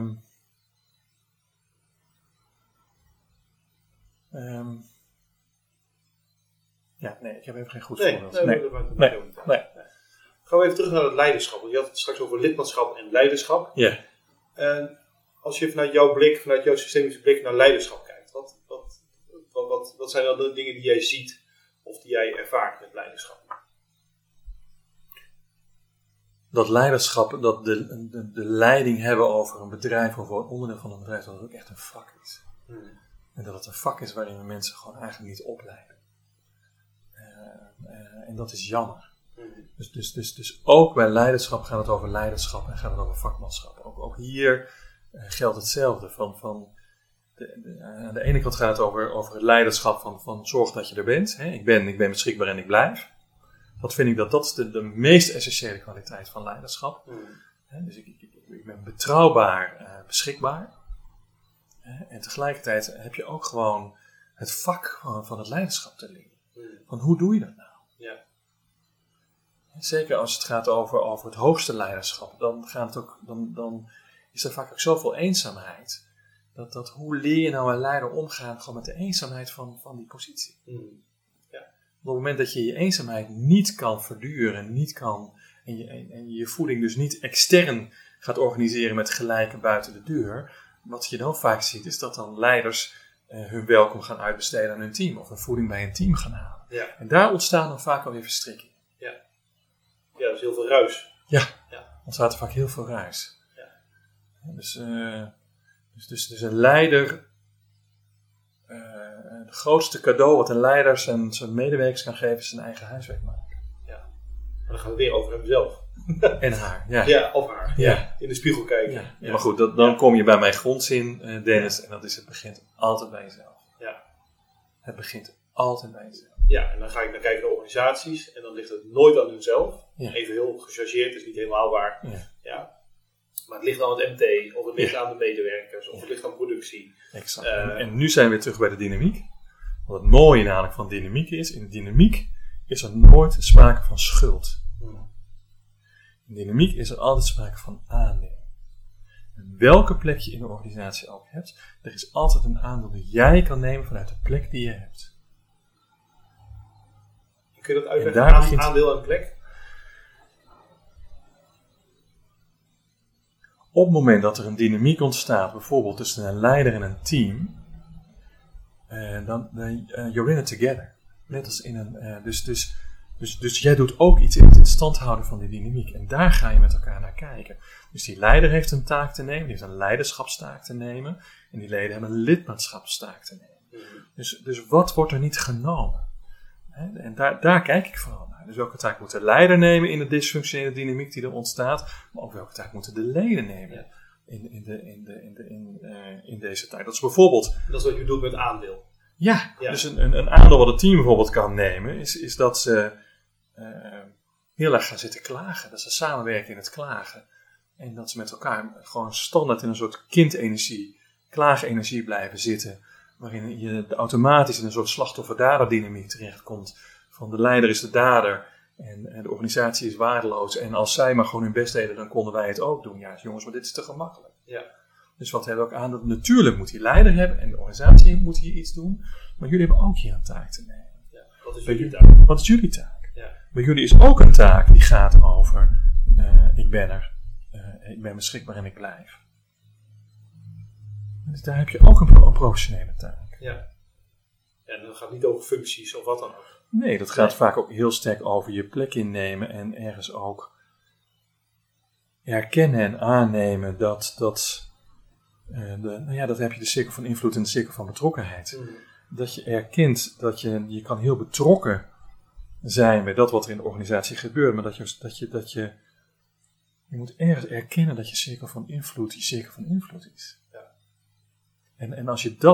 Ik heb even geen goed voorbeeld. Nee. Gaan we even terug naar het leiderschap. Want je had het straks over lidmaatschap en leiderschap. Ja. En als je vanuit jouw systemische blik naar leiderschap kijkt, wat zijn dan de dingen die jij ziet of die jij ervaart met leiderschap? Dat leiderschap, dat de leiding hebben over een bedrijf of een onderdeel van een bedrijf, dat het ook echt een vak is. En dat het een vak is waarin we mensen gewoon eigenlijk niet opleiden. En dat is jammer. Dus ook bij leiderschap gaat het over leiderschap en gaat het over vakmanschap. Ook hier geldt hetzelfde. aan de ene kant gaat het over het leiderschap van zorg dat je er bent. Hè? Ik ben beschikbaar en ik blijf. Dat vind ik dat is de meest essentiële kwaliteit van leiderschap. Hè? Dus ik ben betrouwbaar, beschikbaar. En tegelijkertijd heb je ook gewoon het vak van het leiderschap te leren. Van hoe doe je dat nou? Ja. Zeker als het gaat over het hoogste leiderschap, dan is er vaak ook zoveel eenzaamheid. Dat hoe leer je nou een leider omgaan gewoon met de eenzaamheid van die positie? Ja. Op het moment dat je je eenzaamheid niet kan verduren, en je voeding dus niet extern gaat organiseren met gelijken buiten de deur, wat je dan vaak ziet is dat dan leiders hun welkom gaan uitbesteden aan hun team of een voeding bij een team gaan halen. Ja. En daar ontstaan dan vaak alweer verstrikkingen. Ja, dat is heel veel ruis. Ja. Ontstaat er vaak heel veel ruis. Ja. Dus een leider, het grootste cadeau wat een leider zijn medewerkers kan geven is zijn eigen huiswerk maken. Ja. Maar dan gaan we weer over hemzelf. En haar, ja. Ja, of haar. Ja. Ja. In de spiegel kijken. Ja. Ja. Maar goed, dan kom je bij mijn grondzin, Dennis, en dat is het begint altijd bij jezelf. Ja. Het begint altijd bij jezelf. Ja, en dan ga ik naar kijken naar organisaties en dan ligt het nooit aan hunzelf. Ja. Even heel gechargeerd, is niet helemaal waar. Ja. Maar het ligt aan het MT, of het ligt aan de medewerkers, of het ligt aan productie. Exact. En nu zijn we weer terug bij de dynamiek. Wat het mooie namelijk van dynamiek is, in dynamiek is er nooit sprake van schuld. In dynamiek is er altijd sprake van aandeel. En welke plek je in de organisatie ook hebt, er is altijd een aandeel die jij kan nemen vanuit de plek die je hebt. Kun je dat uitleggen, aandeel en plek? Op het moment dat er een dynamiek ontstaat, bijvoorbeeld tussen een leider en een team, dan you're in it together. Net als in een, dus jij doet ook iets in het stand houden van die dynamiek. En daar ga je met elkaar naar kijken. Dus die leider heeft een taak te nemen, die heeft een leiderschapstaak te nemen. En die leden hebben een lidmaatschapstaak te nemen. Dus wat wordt er niet genomen? En daar kijk ik vooral naar. Dus welke taak moet de leider nemen in de dysfunctionele dynamiek die er ontstaat, maar ook welke taak moeten de leden nemen in deze taak. Dat is bijvoorbeeld. Dat is wat je bedoelt met aandeel. Ja. Dus een aandeel wat het team bijvoorbeeld kan nemen, is dat ze heel erg gaan zitten klagen. Dat ze samenwerken in het klagen. En dat ze met elkaar gewoon standaard in een soort kindenergie, klaagenergie blijven zitten. Waarin je automatisch in een soort slachtoffer-dader-dynamiek terechtkomt. Van de leider is de dader en de organisatie is waardeloos. En als zij maar gewoon hun best deden, dan konden wij het ook doen. Ja, jongens, maar dit is te gemakkelijk. Ja. Dus wat hebben we ook aan? Dat natuurlijk moet die leider hebben en de organisatie moet hier iets doen. Maar jullie hebben ook hier een taak te nemen. Ja. Wat is jullie taak? Wat is jullie taak? Ja. Bij jullie is ook een taak die gaat over ik ben er, ik ben beschikbaar en ik blijf. Dus daar heb je ook een professionele taak. Ja. En dan gaat het niet over functies of wat dan ook. Nee, dat gaat vaak ook heel sterk over je plek innemen en ergens ook erkennen en aannemen dat heb je de cirkel van invloed en de cirkel van betrokkenheid. Dat je erkent dat je kan heel betrokken zijn bij dat wat er in de organisatie gebeurt, maar dat je moet ergens erkennen dat je cirkel van invloed is. Ja. En als je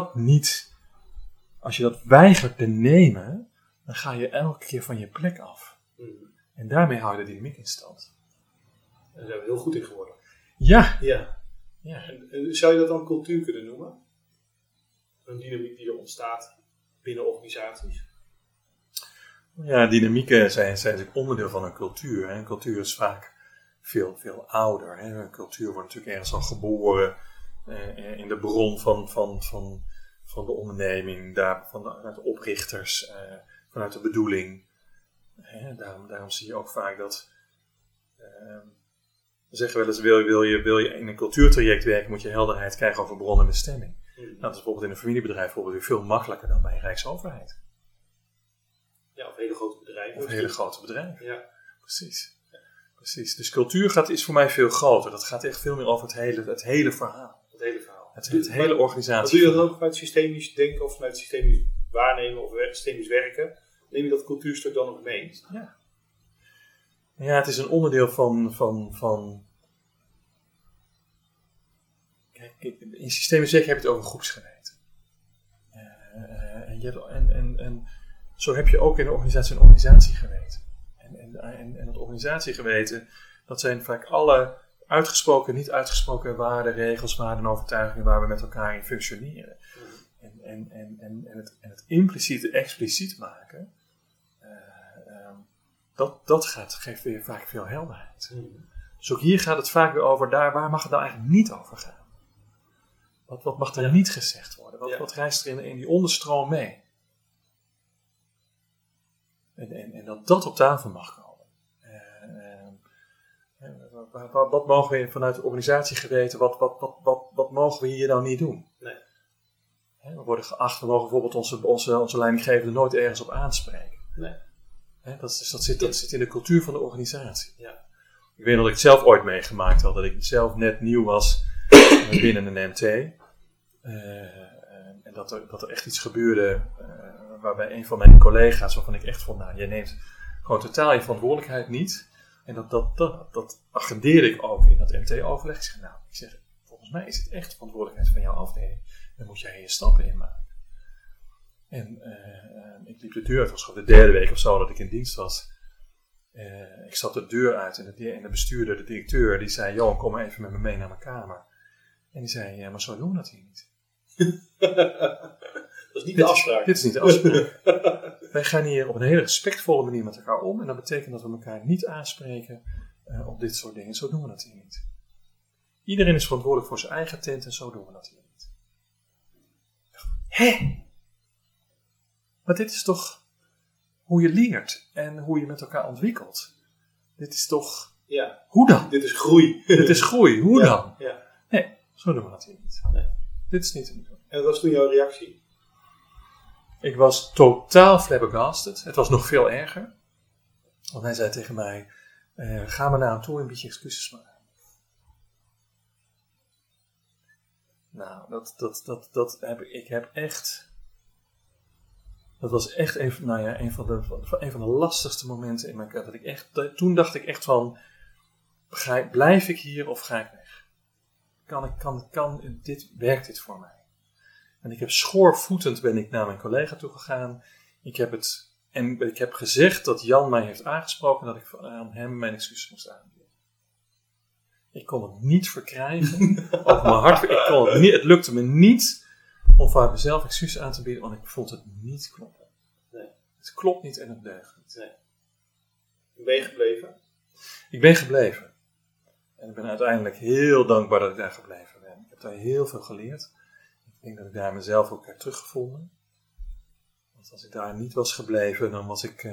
dat weigert te nemen, dan ga je elke keer van je plek af. En daarmee hou je de dynamiek in stand. Daar zijn we heel goed in geworden. Ja. En zou je dat dan cultuur kunnen noemen? Een dynamiek die er ontstaat binnen organisaties? Ja, dynamieken zijn natuurlijk onderdeel van een cultuur. Een cultuur is vaak veel ouder. Hè. Een cultuur wordt natuurlijk ergens al geboren in de bron van de onderneming, vanuit de oprichters, vanuit de bedoeling. Daarom zie je ook vaak dat, we zeggen wel eens, wil je in een cultuurtraject werken, moet je helderheid krijgen over bron en bestemming. Nou, dat is bijvoorbeeld in een familiebedrijf bijvoorbeeld weer veel makkelijker dan bij een rijksoverheid. Ja, of hele grote bedrijven. Of hele grote bedrijven. Ja. Precies. Dus cultuur is voor mij veel groter. Dat gaat echt veel meer over het hele verhaal. Het hele verhaal. Het hele organisatie. Wat doe je dat ook vanuit systemisch denken of vanuit systemisch waarnemen of systemisch werken? Neem je dat cultuurstuk dan nog mee? Ja. Ja, het is een onderdeel van kijk, in systemisch werken heb je het over groepsgeleid. En zo heb je ook in de organisatie een organisatiegeweten. En het organisatiegeweten, dat zijn vaak alle uitgesproken, niet uitgesproken waarden, regels, waarden en overtuigingen waar we met elkaar in functioneren. En het impliciete expliciet maken, geeft weer vaak veel helderheid. Dus ook hier gaat het vaak weer over, waar mag het nou eigenlijk niet over gaan? Wat mag er niet gezegd worden? Wat reist er in die onderstroom mee? En dat op tafel mag komen. Wat mogen we vanuit de organisatie geweten, wat mogen we hier nou niet doen? Nee. We worden geacht, we mogen bijvoorbeeld onze leidinggevende nooit ergens op aanspreken. Nee. Dat zit in de cultuur van de organisatie. Ja. Ik weet dat ik het zelf ooit meegemaakt had, dat ik zelf net nieuw was binnen een MT. En dat er echt iets gebeurde waarbij een van mijn collega's, waarvan ik echt vond, jij neemt gewoon totaal je verantwoordelijkheid niet. En dat agendeerde ik ook in dat MT-overleg. Ik zeg, volgens mij is het echt verantwoordelijkheid van jouw afdeling. Dan moet jij je stappen in maken. En ik liep de deur uit, het was gewoon de derde week of zo dat ik in dienst was. Ik stap de deur uit en de bestuurder, de directeur, die zei, Johan, kom maar even met me mee naar mijn kamer. En die zei, ja, maar zo doen we dat hier niet. Dat is niet de afspraak. Dit is niet de afspraak. Wij gaan hier op een hele respectvolle manier met elkaar om. En dat betekent dat we elkaar niet aanspreken op dit soort dingen. Zo doen we dat hier niet. Iedereen is verantwoordelijk voor zijn eigen tent en zo doen we dat hier niet. Hé? Maar dit is toch hoe je leert en hoe je met elkaar ontwikkelt. Dit is toch... Ja. Hoe dan? Dit is groei. Dit is groei. Hoe dan? Ja. Nee, zo doen we dat hier niet. Nee. Dit is niet te doen. En wat was toen jouw reactie? Ik was totaal flabbergasted. Het was nog veel erger. Want hij zei tegen mij, ga maar naar hem toe en een beetje excuses maken. Nou, dat was echt een van de lastigste momenten in mijn carrière. Toen dacht ik echt van, blijf ik hier of ga ik weg? Werkt dit voor mij? En ik heb schoorvoetend ben ik naar mijn collega toe gegaan. Ik heb gezegd dat Jan mij heeft aangesproken dat ik aan hem mijn excuses moest aanbieden. Ik kon het niet verkrijgen. Over mijn hart. Het lukte me niet om voor mezelf excuses aan te bieden, want ik vond het niet kloppen. Nee. Het klopt niet en het deugt niet. Nee. Ben je gebleven? Ik ben gebleven. En ik ben uiteindelijk heel dankbaar dat ik daar gebleven ben. Ik heb daar heel veel geleerd. Ik denk dat ik daar mezelf ook heb teruggevonden. Want als ik daar niet was gebleven, dan was ik...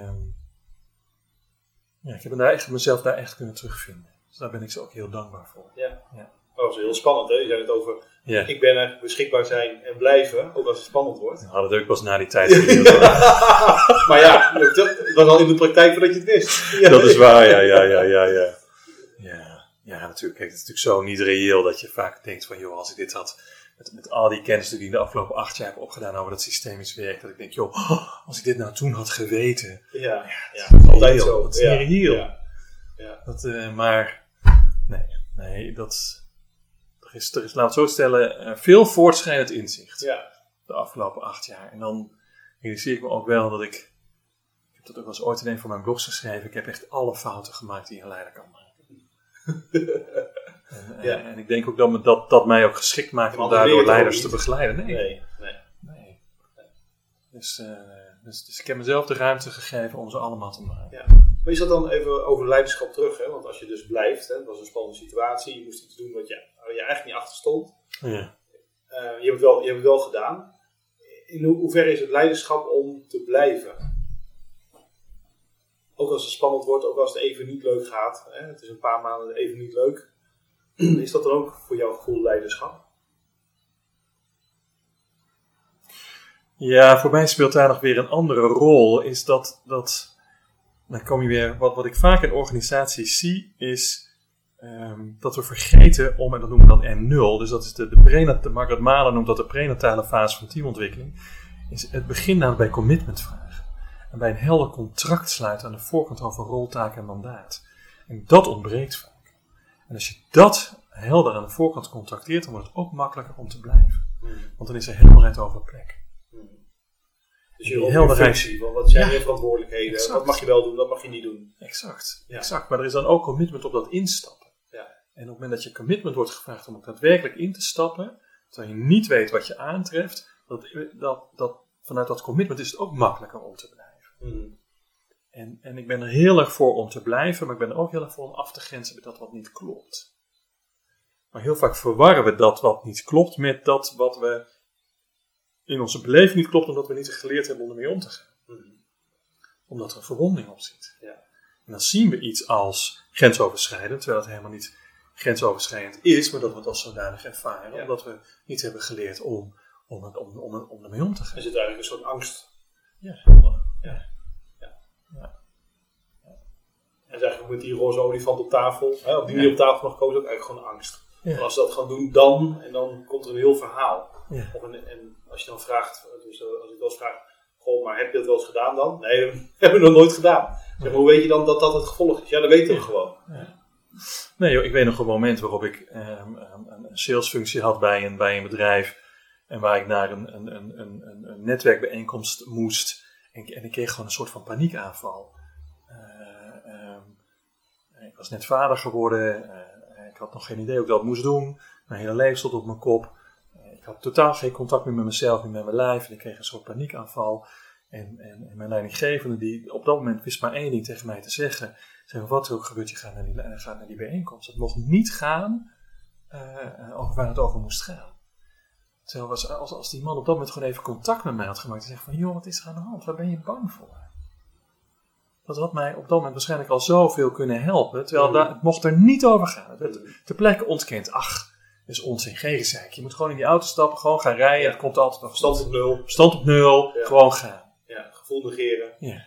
ik heb mezelf daar echt kunnen terugvinden. Dus daar ben ik ze ook heel dankbaar voor. Ja. Oh, dat is heel spannend, hè? Je zei het over, ik ben er, beschikbaar zijn en blijven, ook als het spannend wordt. Nou, dat heb ik pas na die tijd gedeeld. Maar ja, het was al in de praktijk voordat je het wist. Ja, dat is waar, ja. Ja, natuurlijk. Kijk, het is natuurlijk zo niet reëel dat je vaak denkt van, joh, als ik dit had, met al die kennis die ik de afgelopen 8 jaar heb opgedaan over dat systemisch werk, dat ik denk, joh, als ik dit nou toen had geweten. Ja, dat is altijd zo. Dat is niet reëel. Ja. Maar, nee, er is, laten we het zo stellen, veel voortschrijdend inzicht. Ja. De afgelopen 8 jaar. En dan realiseer ik me ook wel dat ik heb dat ook wel eens ooit in een van mijn blogs geschreven, ik heb echt alle fouten gemaakt die een leider kan maken. En ik denk ook dat mij ook geschikt maakt om daardoor leiders te begeleiden. Nee. Dus ik heb mezelf de ruimte gegeven om ze allemaal te maken. Ja. Maar je zat dan even over leiderschap terug, hè? Want als je dus blijft, het was een spannende situatie, je moest iets doen waar je eigenlijk niet achter stond. Ja. Je hebt het wel gedaan. In hoeverre is het leiderschap om te blijven? Ook als het spannend wordt, ook als het even niet leuk gaat. Hè? Het is een paar maanden even niet leuk. Is dat dan ook voor jouw gevoel leiderschap? Ja, voor mij speelt daar nog weer een andere rol. Is dat dan kom je weer, wat ik vaak in organisaties zie, is dat we vergeten om, en dat noemen we dan N0, dus dat is de Margaret Mahler noemt dat de prenatale fase van teamontwikkeling, is het begint namelijk bij commitmentvragen. En bij een helder contract sluiten aan de voorkant over roltaak en mandaat. En dat ontbreekt vaak. En als je dat helder aan de voorkant contracteert, dan wordt het ook makkelijker om te blijven. Want dan is er helderheid over plek. Dus je helderheid. Wat zijn je verantwoordelijkheden? Exact. Wat mag je wel doen, wat mag je niet doen? Exact. Maar er is dan ook commitment op dat instappen. Ja. En op het moment dat je commitment wordt gevraagd om ook daadwerkelijk in te stappen, terwijl je niet weet wat je aantreft, dat vanuit dat commitment is het ook makkelijker om te blijven. En ik ben er heel erg voor om te blijven, maar ik ben er ook heel erg voor om af te grenzen met dat wat niet klopt. Maar heel vaak verwarren we dat wat niet klopt met dat wat we in onze beleving niet klopt, omdat we niet geleerd hebben om ermee om te gaan. Omdat er een verwonding op zit. Ja. En dan zien we iets als grensoverschrijdend, terwijl het helemaal niet grensoverschrijdend is, maar dat we het als zodanig ervaren, omdat we niet hebben geleerd om ermee om te gaan. Er zit eigenlijk een soort angst. Ja. En eigenlijk met die roze olifant op tafel, of die op tafel nog koos, ook eigenlijk gewoon angst. Ja. Want als ze dat gaan doen, dan komt er een heel verhaal. Ja. En als je dan vraagt, dus als ik wel eens vraag, goh, maar heb je dat wel eens gedaan dan? Nee, dat hebben we nog nooit gedaan. Zeg, maar hoe weet je dan dat het gevolg is? Ja, dat weten we gewoon. Ja. Nee joh, ik weet nog een moment waarop ik een salesfunctie had bij een bedrijf en waar ik naar een netwerkbijeenkomst moest en ik kreeg gewoon een soort van paniekaanval. Ik was net vader geworden, ik had nog geen idee hoe ik dat moest doen, mijn hele leven stond op mijn kop. Ik had totaal geen contact meer met mezelf en met mijn lijf en ik kreeg een soort paniekaanval. En mijn leidinggevende die op dat moment wist maar één ding tegen mij te zeggen. Zeg, wat er ook gebeurt, je gaat naar die bijeenkomst. Het mocht niet gaan over waar het over moest gaan. Terwijl als die man op dat moment gewoon even contact met mij had gemaakt en zegt van, joh, wat is er aan de hand? Waar ben je bang voor? Dat had mij op dat moment waarschijnlijk al zoveel kunnen helpen. Terwijl het mocht er niet over gaan. Het werd ter plekke ontkend. Ach, dat is onzin, geen gezeik. Je moet gewoon in die auto stappen, gewoon gaan rijden. Ja. Het komt altijd nog stand op nul. Stand op nul, gewoon gaan. Ja, gevoel negeren. Ja.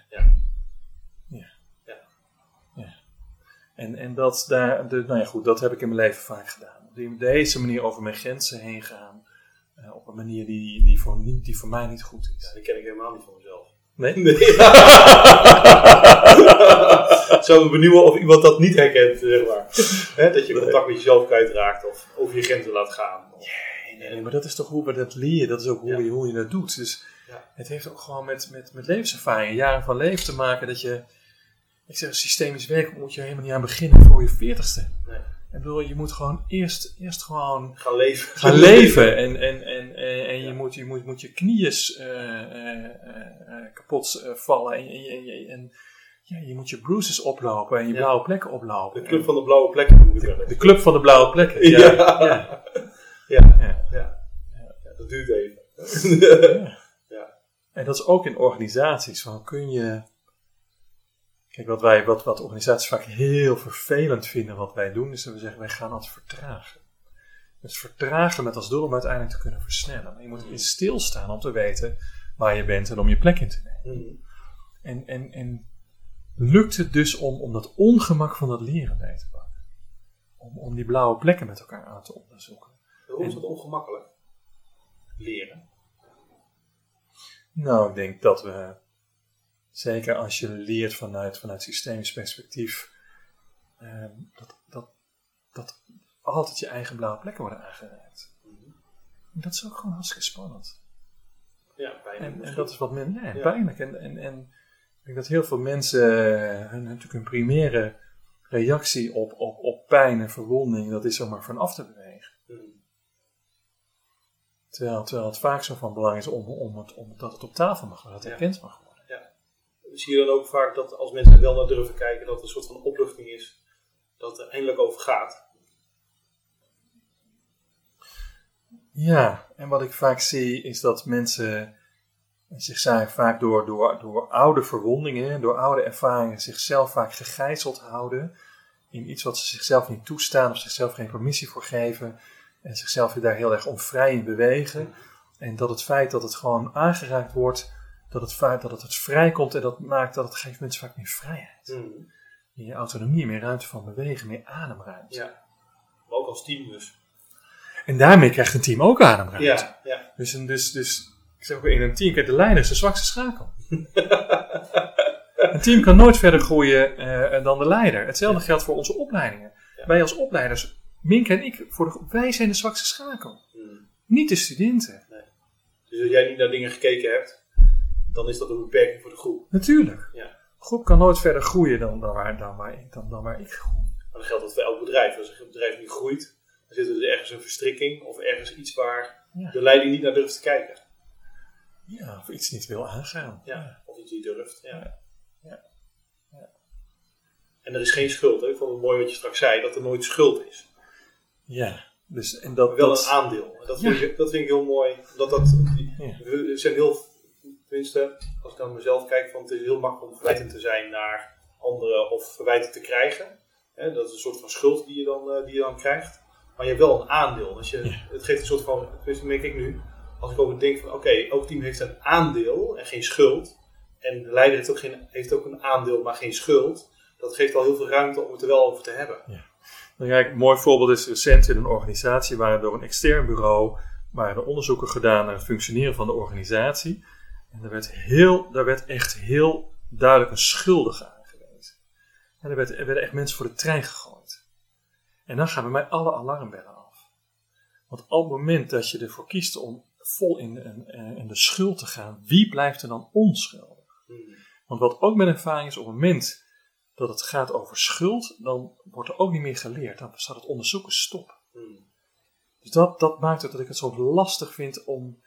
En dat dat heb ik in mijn leven vaak gedaan. Op deze manier over mijn grenzen heen gaan. Op een manier die voor mij niet goed is. Ja, die ken ik helemaal niet van mezelf. Nee? Zou me benieuwen of iemand dat niet herkent, zeg maar. Dat je contact met jezelf kwijtraakt of over je grenzen laat gaan. Nee, maar dat is toch hoe we dat leren. Dat is ook hoe je dat doet. Dus het heeft ook gewoon met levenservaring, jaren van leven te maken dat je... Ik zeg, systemisch werk moet je helemaal niet aan beginnen voor je 40ste. Nee. Ik bedoel, je moet gewoon eerst gewoon... Gaan leven. En je moet je knieën kapot vallen. En je moet je bruises oplopen en je blauwe plekken oplopen. De club van de blauwe plekken. De club van de blauwe plekken. Ja. Dat duurt even. En dat is ook in organisaties. Van kun je... Kijk, wat organisaties vaak heel vervelend vinden wat wij doen, is dat we zeggen, wij gaan altijd vertragen. Dus vertragen met als doel om uiteindelijk te kunnen versnellen. Maar je moet in stilstaan om te weten waar je bent en om je plek in te nemen. En lukt het dus om dat ongemak van dat leren mee te pakken? Om die blauwe plekken met elkaar aan te onderzoeken. Hoe is dat ongemakkelijk? Leren? Nou, ik denk dat we... Zeker als je leert vanuit systemisch perspectief, dat altijd je eigen blauwe plekken worden aangeraakt. En dat is ook gewoon hartstikke spannend. Ja, pijnlijk. En dat is wat pijnlijk. En ik denk dat heel veel mensen natuurlijk hun primaire reactie op pijn en verwonding, dat is er maar vanaf te bewegen. Terwijl het vaak zo van belang is dat het op tafel mag worden, dat het erkend mag worden. Zie je dan ook vaak dat als mensen er wel naar durven kijken, dat er een soort van opluchting is, dat het er eindelijk over gaat? Ja, en wat ik vaak zie is dat mensen zich vaak door oude verwondingen, door oude ervaringen zichzelf vaak gegijzeld houden in iets wat ze zichzelf niet toestaan of zichzelf geen permissie voor geven en zichzelf daar heel erg onvrij in bewegen. En dat het feit dat het gewoon aangeraakt wordt, dat het feit dat het vrijkomt en dat maakt dat het geeft mensen vaak meer vrijheid. Meer autonomie, meer ruimte van bewegen, meer ademruimte. Ja, maar ook als team dus. En daarmee krijgt een team ook ademruimte. Ja. Dus ik zeg ook in een team, kijk, de leider is de zwakste schakel. Een team kan nooit verder groeien dan de leider. Hetzelfde geldt voor onze opleidingen. Ja. Wij als opleiders, Minke en ik, wij zijn de zwakste schakel. Niet de studenten. Nee. Dus dat jij niet naar dingen gekeken hebt? dan is dat een beperking voor de groep. Natuurlijk. Ja. De groep kan nooit verder groeien dan waar ik groei. Maar dan geldt dat voor elk bedrijf. Als een bedrijf niet groeit, dan zit er dus ergens een verstrikking of ergens iets waar de leiding niet naar durft te kijken. Ja, of iets niet wil aangaan. Ja. Of iets niet durft. Ja. Ja. En er is geen schuld. Hè? Ik vond het mooi wat je straks zei, dat er nooit schuld is. Ja. Dus, en wel een aandeel. Dat vind ik heel mooi. We zijn heel, tenminste, als ik naar mezelf kijk, van het is heel makkelijk om verwijtend te zijn naar anderen of verwijten te krijgen. Dat is een soort van schuld die je dan krijgt. Maar je hebt wel een aandeel. Dus het geeft een soort van, tenminste merk ik nu, als ik over denk van oké, elk team heeft een aandeel en geen schuld. En de leider heeft ook een aandeel, maar geen schuld. Dat geeft al heel veel ruimte om het er wel over te hebben. Ja. Nou ja, een mooi voorbeeld is recent in een organisatie waar door een extern bureau waren er onderzoeken gedaan naar het functioneren van de organisatie. En daar werd echt heel duidelijk een schuldige aangewezen. En er werden echt mensen voor de trein gegooid. En dan gaan bij mij alle alarmbellen af. Want op het moment dat je ervoor kiest om vol in de schuld te gaan, wie blijft er dan onschuldig? Want wat ook mijn ervaring is, op het moment dat het gaat over schuld, dan wordt er ook niet meer geleerd. Dan staat het onderzoeken stop. Dus dat maakt het dat ik het zo lastig vind om...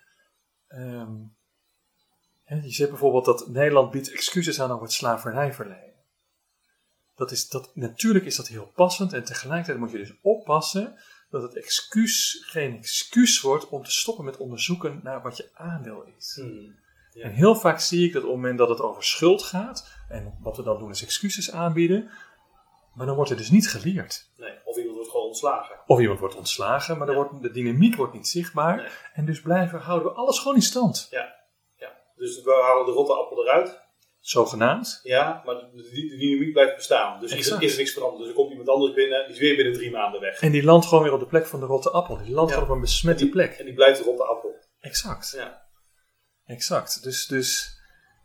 je zegt bijvoorbeeld dat Nederland biedt excuses aan over het slavernijverleden. Natuurlijk is dat heel passend en tegelijkertijd moet je dus oppassen dat het excuus geen excuus wordt om te stoppen met onderzoeken naar wat je aandeel is. Ja. En heel vaak zie ik dat op het moment dat het over schuld gaat, en wat we dan doen is excuses aanbieden, maar dan wordt er dus niet geleerd. Nee, of iemand wordt gewoon ontslagen. Of iemand wordt ontslagen, maar de dynamiek wordt niet zichtbaar. Nee. En dus houden we alles gewoon in stand. Ja. Dus we halen de rotte appel eruit. Zogenaamd. Ja, maar de dynamiek blijft bestaan. Dus er is niks veranderd. Dus er komt iemand anders binnen, die is weer binnen 3 maanden weg. En die landt gewoon weer op de plek van de rotte appel. Die landt gewoon op een besmette plek. En die blijft de rotte appel. Exact. Ja. Exact. Dus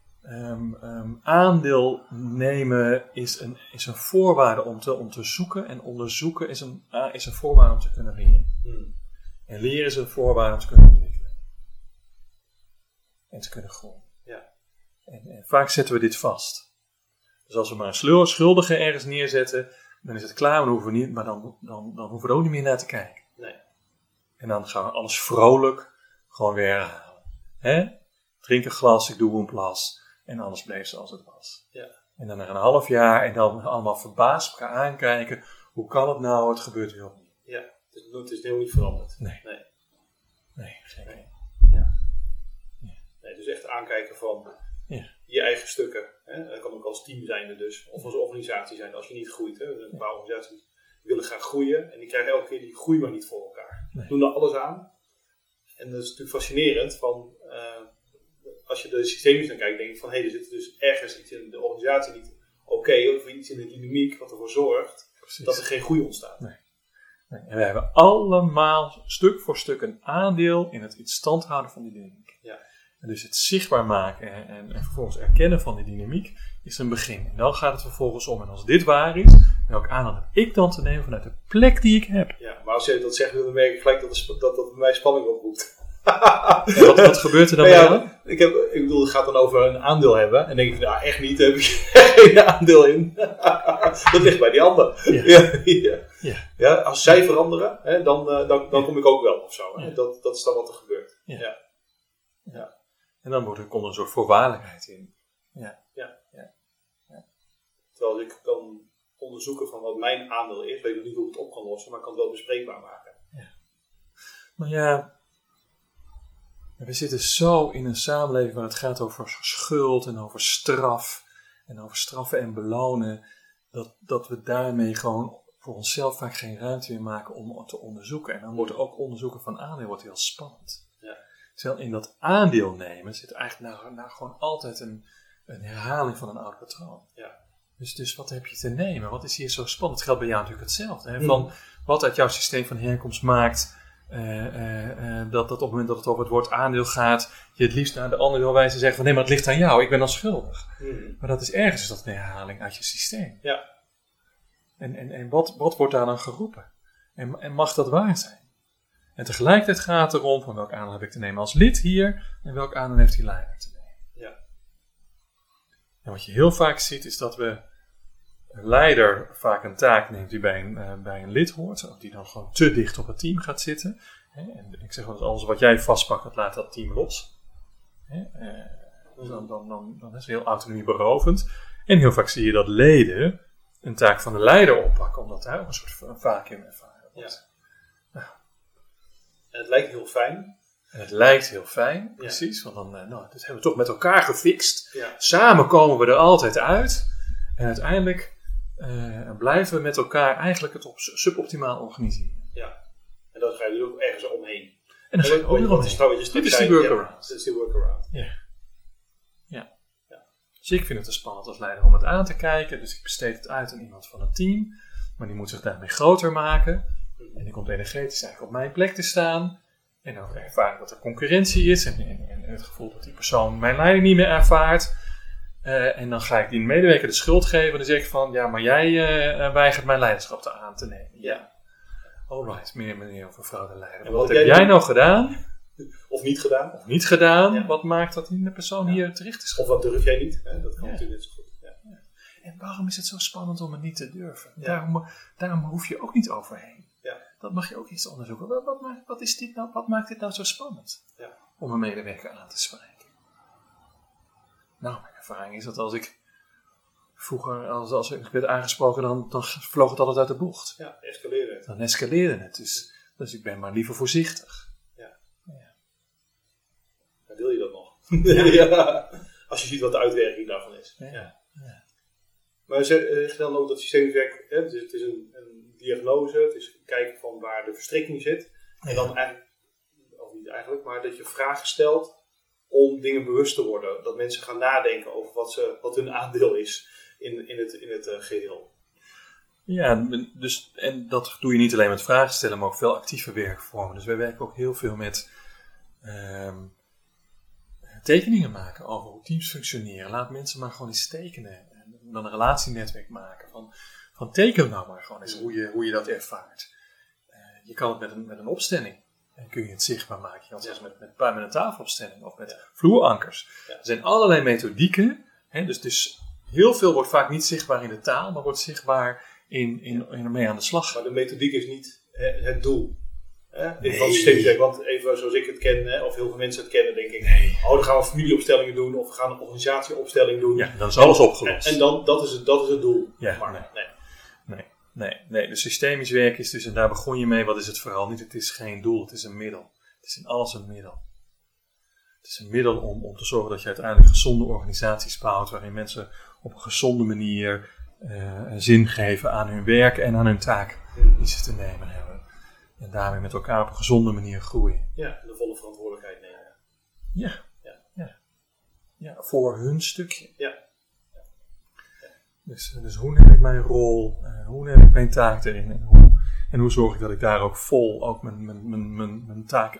aandeel nemen is een voorwaarde om te zoeken. En onderzoeken is een voorwaarde om te kunnen leren. En leren is een voorwaarde om te kunnen ontwikkelen. En te kunnen groeien. Ja. En vaak zetten we dit vast. Dus als we maar een schuldige ergens neerzetten, dan is het klaar, dan hoeven we niet, maar dan hoeven we er ook niet meer naar te kijken. Nee. En dan gaan we alles vrolijk gewoon weer herhalen. Drink een glas, ik doe een plas. En alles bleef zoals het was. Ja. En dan na een half jaar en dan allemaal verbaasd elkaar aankijken. Hoe kan het nou? Het gebeurt weer opnieuw. Ja, het is heel niet veranderd. Nee, geen idee. Nee, dus echt aankijken van je eigen stukken. Dat kan ook als team zijn dus. Of als organisatie zijn als je niet groeit. Een paar organisaties willen gaan groeien. En die krijgen elke keer die groei maar niet voor elkaar. Nee. Doen er alles aan. En dat is natuurlijk fascinerend. Van, als je de systemen naar kijkt, denk je van er zit dus ergens iets in de organisatie niet oké. Of iets in de dynamiek wat ervoor zorgt dat er geen groei ontstaat. Nee. En we hebben allemaal stuk voor stuk een aandeel in het in stand houden van die dynamiek. Ja. En dus het zichtbaar maken en vervolgens erkennen van die dynamiek is een begin. En dan gaat het vervolgens om. En als dit waar is, welk aandeel heb ik dan te nemen vanuit de plek die ik heb? Ja, maar als je dat zegt, dan merk ik gelijk dat bij mij spanning oproept. Wat gebeurt er dan bij jou? Ik bedoel, het gaat dan over een aandeel hebben. En dan denk ik, nou echt niet, daar heb ik geen aandeel in. Dat ligt bij die ander. Ja, als zij veranderen, dan kom ik ook wel of zo. Ja. Dat is dan wat er gebeurt. Ja. En dan komt er een soort voorwaardelijkheid in. Ja. Terwijl ik kan onderzoeken van wat mijn aandeel is, weet ik nog niet hoe ik het op kan lossen, maar ik kan het wel bespreekbaar maken. Ja. Maar ja, we zitten zo in een samenleving waar het gaat over schuld en over straf en over straffen en belonen, dat we daarmee gewoon voor onszelf vaak geen ruimte meer maken om te onderzoeken. En dan wordt er ook onderzoeken van aandeel wordt heel spannend. Ja. Terwijl in dat aandeel nemen zit eigenlijk nou gewoon altijd een herhaling van een oud patroon. Ja. Dus wat heb je te nemen? Wat is hier zo spannend? Het geldt bij jou natuurlijk hetzelfde. Hè? Van wat uit jouw systeem van herkomst maakt dat op het moment dat het over het woord aandeel gaat, je het liefst naar de ander wil wijzen en zeggen van nee, maar het ligt aan jou, ik ben dan schuldig. Maar dat is ergens een herhaling uit je systeem. Ja. En wat wordt daar dan geroepen? En mag dat waar zijn? En tegelijkertijd gaat het erom van welk aandeel heb ik te nemen als lid hier en welk aandeel heeft die leider te nemen. Ja. En wat je heel vaak ziet is dat een leider vaak een taak neemt die bij een lid hoort. Of die dan gewoon te dicht op het team gaat zitten. En ik zeg wel eens, alles wat jij vastpakt, dat laat dat team los. Dan is het heel autonomieberovend. En heel vaak zie je dat leden een taak van de leider oppakken. Omdat daar ook een soort vacuüm ervaren wordt. Ja. Nou. En het lijkt heel fijn. En het lijkt heel fijn, precies. Want dan dat hebben we toch met elkaar gefixt. Ja. Samen komen we er altijd uit. En uiteindelijk blijven we met elkaar eigenlijk het suboptimaal organiseren. Ja. En dan ga je er ook ergens omheen. En dan ga je ook weer omheen. Dit is die workaround. Dit is die workaround. Ja. Dus ik vind het te spannend als leider om het aan te kijken. Dus ik besteed het uit aan iemand van het team. Maar die moet zich daarmee groter maken. En die komt energetisch eigenlijk op mijn plek te staan. En dan ervaar ik dat er concurrentie is. En het gevoel dat die persoon mijn leiding niet meer ervaart. En dan ga ik die medewerker de schuld geven. En dan zeg ik van, ja, maar jij weigert mijn leiderschap aan te nemen. Ja. Alright, meneer of mevrouw de leider. En wat heb jij nou gedaan? Of niet gedaan. Of niet gedaan. Ja. Wat maakt dat die persoon hier terecht is gekomen? Of wat durf jij niet? Hè? Dat kan natuurlijk net zo goed. Ja. Ja. En waarom is het zo spannend om het niet te durven? Ja. Daarom hoef je ook niet overheen. Ja. Dat mag je ook eens onderzoeken. Wat is dit nou? Wat maakt dit nou zo spannend? Ja. Om een medewerker aan te spreken. Nou, mijn ervaring is dat als ik vroeger, als ik werd aangesproken, dan vloog het altijd uit de bocht. Ja, escaleerde het. Dan escaleerde het. Dus ik ben maar liever voorzichtig. Wil je dat nog? Ja. Als je ziet wat de uitwerking daarvan is. Ja. Maar zeg je dan ook dat systeemwerk, dus het is een diagnose, het is kijken van waar de verstrikking zit. En dan eigenlijk, of niet eigenlijk, maar dat je vragen stelt om dingen bewust te worden. Dat mensen gaan nadenken over wat hun aandeel is in het geheel. Ja, dus, en dat doe je niet alleen met vragen stellen, maar ook veel actieve werkvormen. Dus wij werken ook heel veel met tekeningen maken over hoe teams functioneren. Laat mensen maar gewoon eens tekenen. En dan een relatienetwerk maken. Van teken nou maar gewoon eens hoe je dat ervaart. Je kan het met een opstelling. En kun je het zichtbaar maken. Je kan het zelfs met een tafelopstelling of met vloerankers. Ja. Er zijn allerlei methodieken. Dus heel veel wordt vaak niet zichtbaar in de taal, maar wordt zichtbaar in ermee aan de slag. Maar de methodiek is niet het doel. Van systeemwerk, want even zoals ik het ken, of heel veel mensen het kennen, denk ik. Nee. Dan gaan we familieopstellingen doen, of we gaan een organisatieopstelling doen. Ja, dan is alles opgelost. En dan, dat is het doel. Ja, maar nee. Dus systemisch werk is dus, en daar begon je mee, wat is het vooral niet? Het is geen doel, het is een middel. Het is in alles een middel. Het is een middel om te zorgen dat je uiteindelijk gezonde organisaties bouwt, waarin mensen op een gezonde manier zin geven aan hun werk en aan hun taak die ze te nemen hebben. En daarmee met elkaar op een gezonde manier groeien. Ja, en de volle verantwoordelijkheid nemen. Ja, voor hun stukje. Ja. Dus hoe neem ik mijn rol, hoe neem ik mijn taak erin en hoe zorg ik dat ik daar ook vol ook mijn taken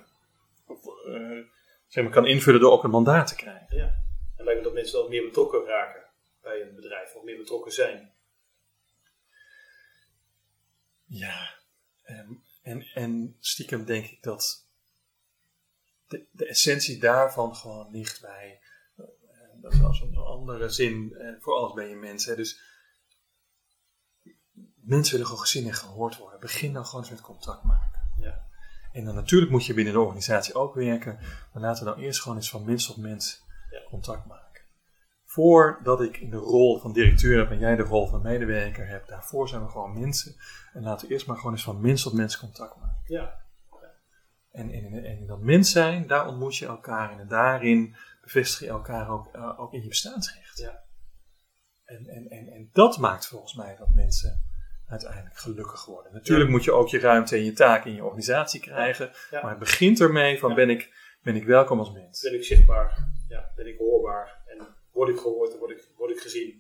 kan invullen door ook een mandaat te krijgen. Ja, en lijkt me dat mensen dan meer betrokken raken bij een bedrijf of meer betrokken zijn. Ja, en stiekem denk ik dat de essentie daarvan gewoon ligt bij, dat is wel zo'n andere zin, voor alles ben je mens. Hè? Dus mensen willen gewoon gezien en gehoord worden. Begin dan gewoon eens met contact maken. Ja. En dan natuurlijk moet je binnen de organisatie ook werken, maar laten we dan eerst gewoon eens van mens tot mens contact maken. Voordat ik in de rol van directeur heb en jij de rol van medewerker hebt, daarvoor zijn we gewoon mensen. En laten we eerst maar gewoon eens van mens tot mens contact maken. Ja. En in dat mens zijn, daar ontmoet je elkaar en daarin bevestig je elkaar ook in je bestaansrecht. Ja. En dat maakt volgens mij dat mensen uiteindelijk gelukkig worden. Natuurlijk moet je ook je ruimte en je taak in je organisatie krijgen, maar het begint ermee van ben ik welkom als mens. Ben ik zichtbaar? Ja. Ben ik hoorbaar? En word ik gehoord en word ik gezien?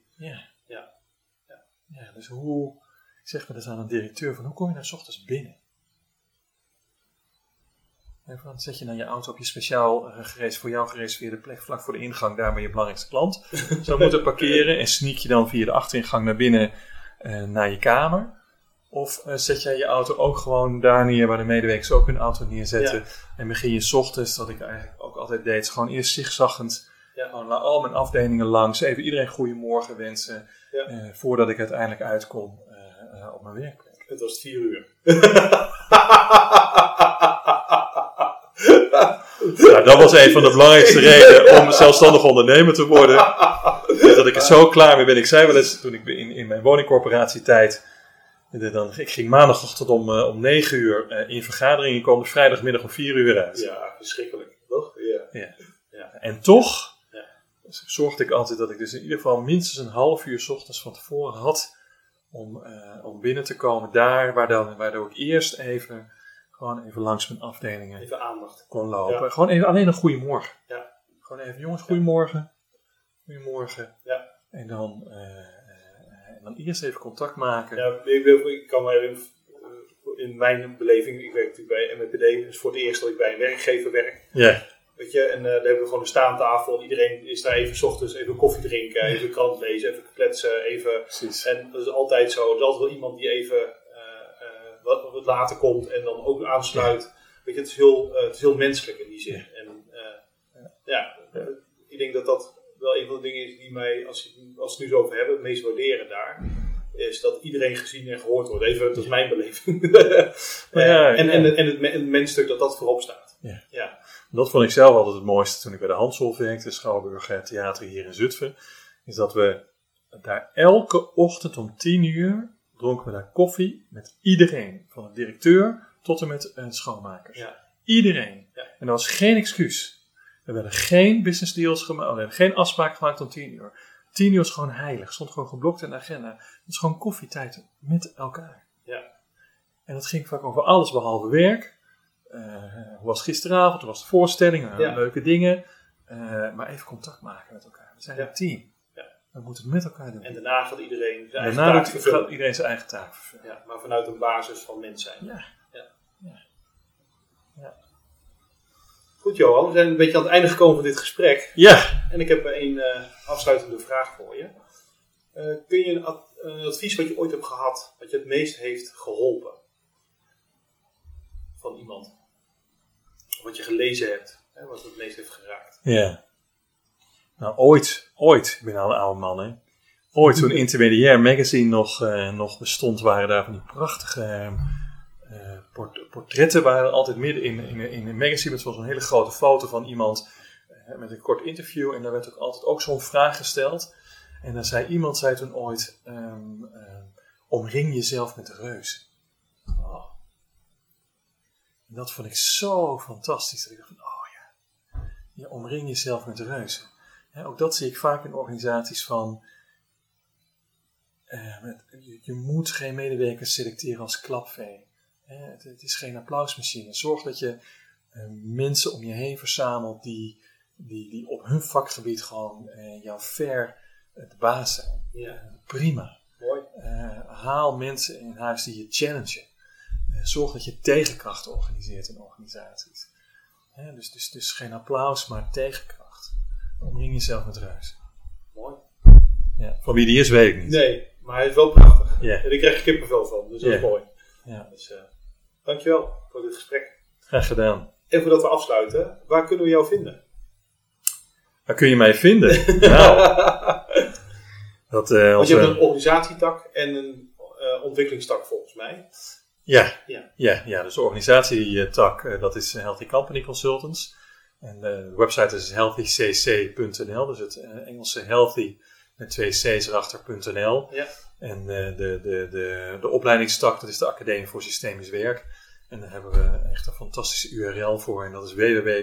Ja, dus ik zeg wel eens aan een directeur van hoe kom je nou 's ochtends binnen? En dan zet je dan je auto op je speciaal voor jou gereserveerde plek vlak voor de ingang, daar bij je belangrijkste klant zou moeten parkeren en sneak je dan via de achteringang naar binnen naar je kamer. Of zet jij je auto ook gewoon daar neer waar de medewerkers ook hun auto neerzetten en begin je 's ochtends, dat ik eigenlijk ook altijd deed, gewoon eerst zigzaggend Ja. Gewoon al mijn afdelingen langs. Even iedereen goedemorgen wensen. Ja. Voordat ik uiteindelijk uitkom op mijn werkplek. Het was 4 uur. Nou, dat was een van de belangrijkste redenen om zelfstandig ondernemer te worden. Dat ik er zo klaar mee ben. Ik zei wel eens, toen ik in mijn woningcorporatietijd... Ik ging maandagochtend om 9 uur in vergaderingen. Ik kwam er vrijdagmiddag om 4 uur uit. Ja, verschrikkelijk. Toch? Ja. En toch zorgde ik altijd dat ik dus in ieder geval minstens een half uur 's ochtends van tevoren had... om binnen te komen daar, waardoor ik eerst even langs mijn afdelingen even aandacht kon lopen. Ja. Gewoon even alleen een goeiemorgen. Ja. Gewoon even, jongens, goeiemorgen. Goeiemorgen. Ja. En dan eerst even contact maken. Ja, ik kan maar even, in mijn beleving, ik werk natuurlijk bij MWPD, dus voor het eerst dat ik bij een werkgever werk. Ja. Weet je, en daar hebben we gewoon een staantafel. Iedereen is daar even 's ochtends even koffie drinken, even krant lezen, even kletsen, even. Precies. En dat is altijd zo. Er is altijd wel iemand die even wat later komt en dan ook aansluit. Ja. Weet je, het is heel menselijk in die zin. Ja. En ik denk dat wel een van de dingen is die mij, als we het nu zo over hebben, het meest waarderen daar. Is dat iedereen gezien en gehoord wordt. Even, dat is mijn beleving. En het mensstuk dat voorop staat. Ja. Ja. Dat vond ik zelf altijd het mooiste toen ik bij de Hanshof werkte, Schouwburg Theater hier in Zutphen. Is dat we daar elke ochtend om 10 uur dronken we daar koffie met iedereen. Van de directeur tot en met schoonmakers. Ja. Iedereen. Ja. En dat was geen excuus. Er werden geen business deals gemaakt, er werden geen afspraken gemaakt om 10 uur. 10 uur is gewoon heilig, stond gewoon geblokt in de agenda. Het is gewoon koffietijd met elkaar. Ja. En dat ging vaak over alles behalve werk. Hoe was gisteravond, hoe was de voorstelling, leuke dingen. Maar even contact maken met elkaar. We zijn een team. Ja. We moeten het met elkaar doen. En daarna gaat iedereen zijn eigen taak vervullen. Gaat iedereen zijn eigen taak vervullen. Ja, maar vanuit een basis van mens zijn. Ja. Goed Johan, we zijn een beetje aan het einde gekomen van dit gesprek. Ja. En ik heb een afsluitende vraag voor je. Kun je een advies wat je ooit hebt gehad, wat je het meest heeft geholpen? Van iemand. Wat je gelezen hebt, wat het meest heeft geraakt. Ja. Nou, ooit, ik ben al een oude man, hè. Ooit, toen Intermediair Magazine nog bestond, waren daar van die prachtige portretten waren altijd midden in een magazine. Het was een hele grote foto van iemand met een kort interview. En daar werd ook zo'n vraag gesteld. En dan zei toen ooit, omring jezelf met de reuzen. Oh. En dat vond ik zo fantastisch. Dat ik dacht je omring jezelf met de reuzen. Ook dat zie ik vaak in organisaties van... je moet geen medewerkers selecteren als klapvee. Het is geen applausmachine. Zorg dat je mensen om je heen verzamelt die op hun vakgebied gewoon jou ver de baas zijn. Ja. Prima. Mooi. Haal mensen in huis die je challengen. Zorg dat je tegenkrachten organiseert in organisaties. Dus geen applaus, maar tegenkracht. Omring jezelf met reuzen. Mooi. Ja. Van wie die is, weet ik niet. Nee, maar hij is wel prachtig. Yeah. En ik krijg er kippenvel van, dus dat is mooi. Ja. Dus, dankjewel voor dit gesprek. Graag gedaan. En voordat we afsluiten, waar kunnen we jou vinden? Waar kun je mij vinden? Nou, want je hebt een organisatietak en een ontwikkelingstak volgens mij. Ja, dus de organisatietak, dat is Healthy Company Consultants. En de website is healthycc.nl, dus het Engelse healthy met 2 c's erachter.nl. Ja. En de opleidingstak, dat is de Academie voor Systemisch Werk. En daar hebben we echt een fantastische URL voor. En dat is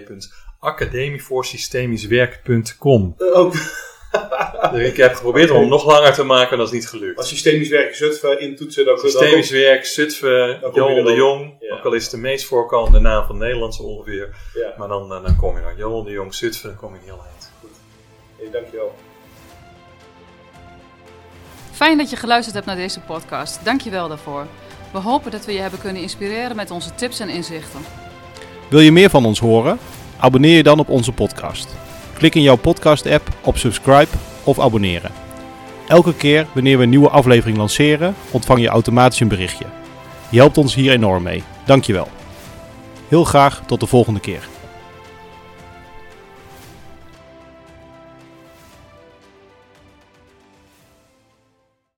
www.academievoorsystemischwerk.com. Ik heb geprobeerd om hem nog langer te maken, en dat is niet gelukt. Als Systemisch Werk Zutphen intoetsen, dan Systemisch Werk Zutphen, Johan de Jong. Ja. Ook al is het de meest voorkomende naam van Nederlands ongeveer. Ja. Maar dan kom je naar Johan de Jong Zutphen, dan kom je heel eind. Goed. Hey, dankjewel. Fijn dat je geluisterd hebt naar deze podcast. Dank je wel daarvoor. We hopen dat we je hebben kunnen inspireren met onze tips en inzichten. Wil je meer van ons horen? Abonneer je dan op onze podcast. Klik in jouw podcast-app op subscribe of abonneren. Elke keer wanneer we een nieuwe aflevering lanceren, ontvang je automatisch een berichtje. Je helpt ons hier enorm mee. Dank je wel. Heel graag tot de volgende keer.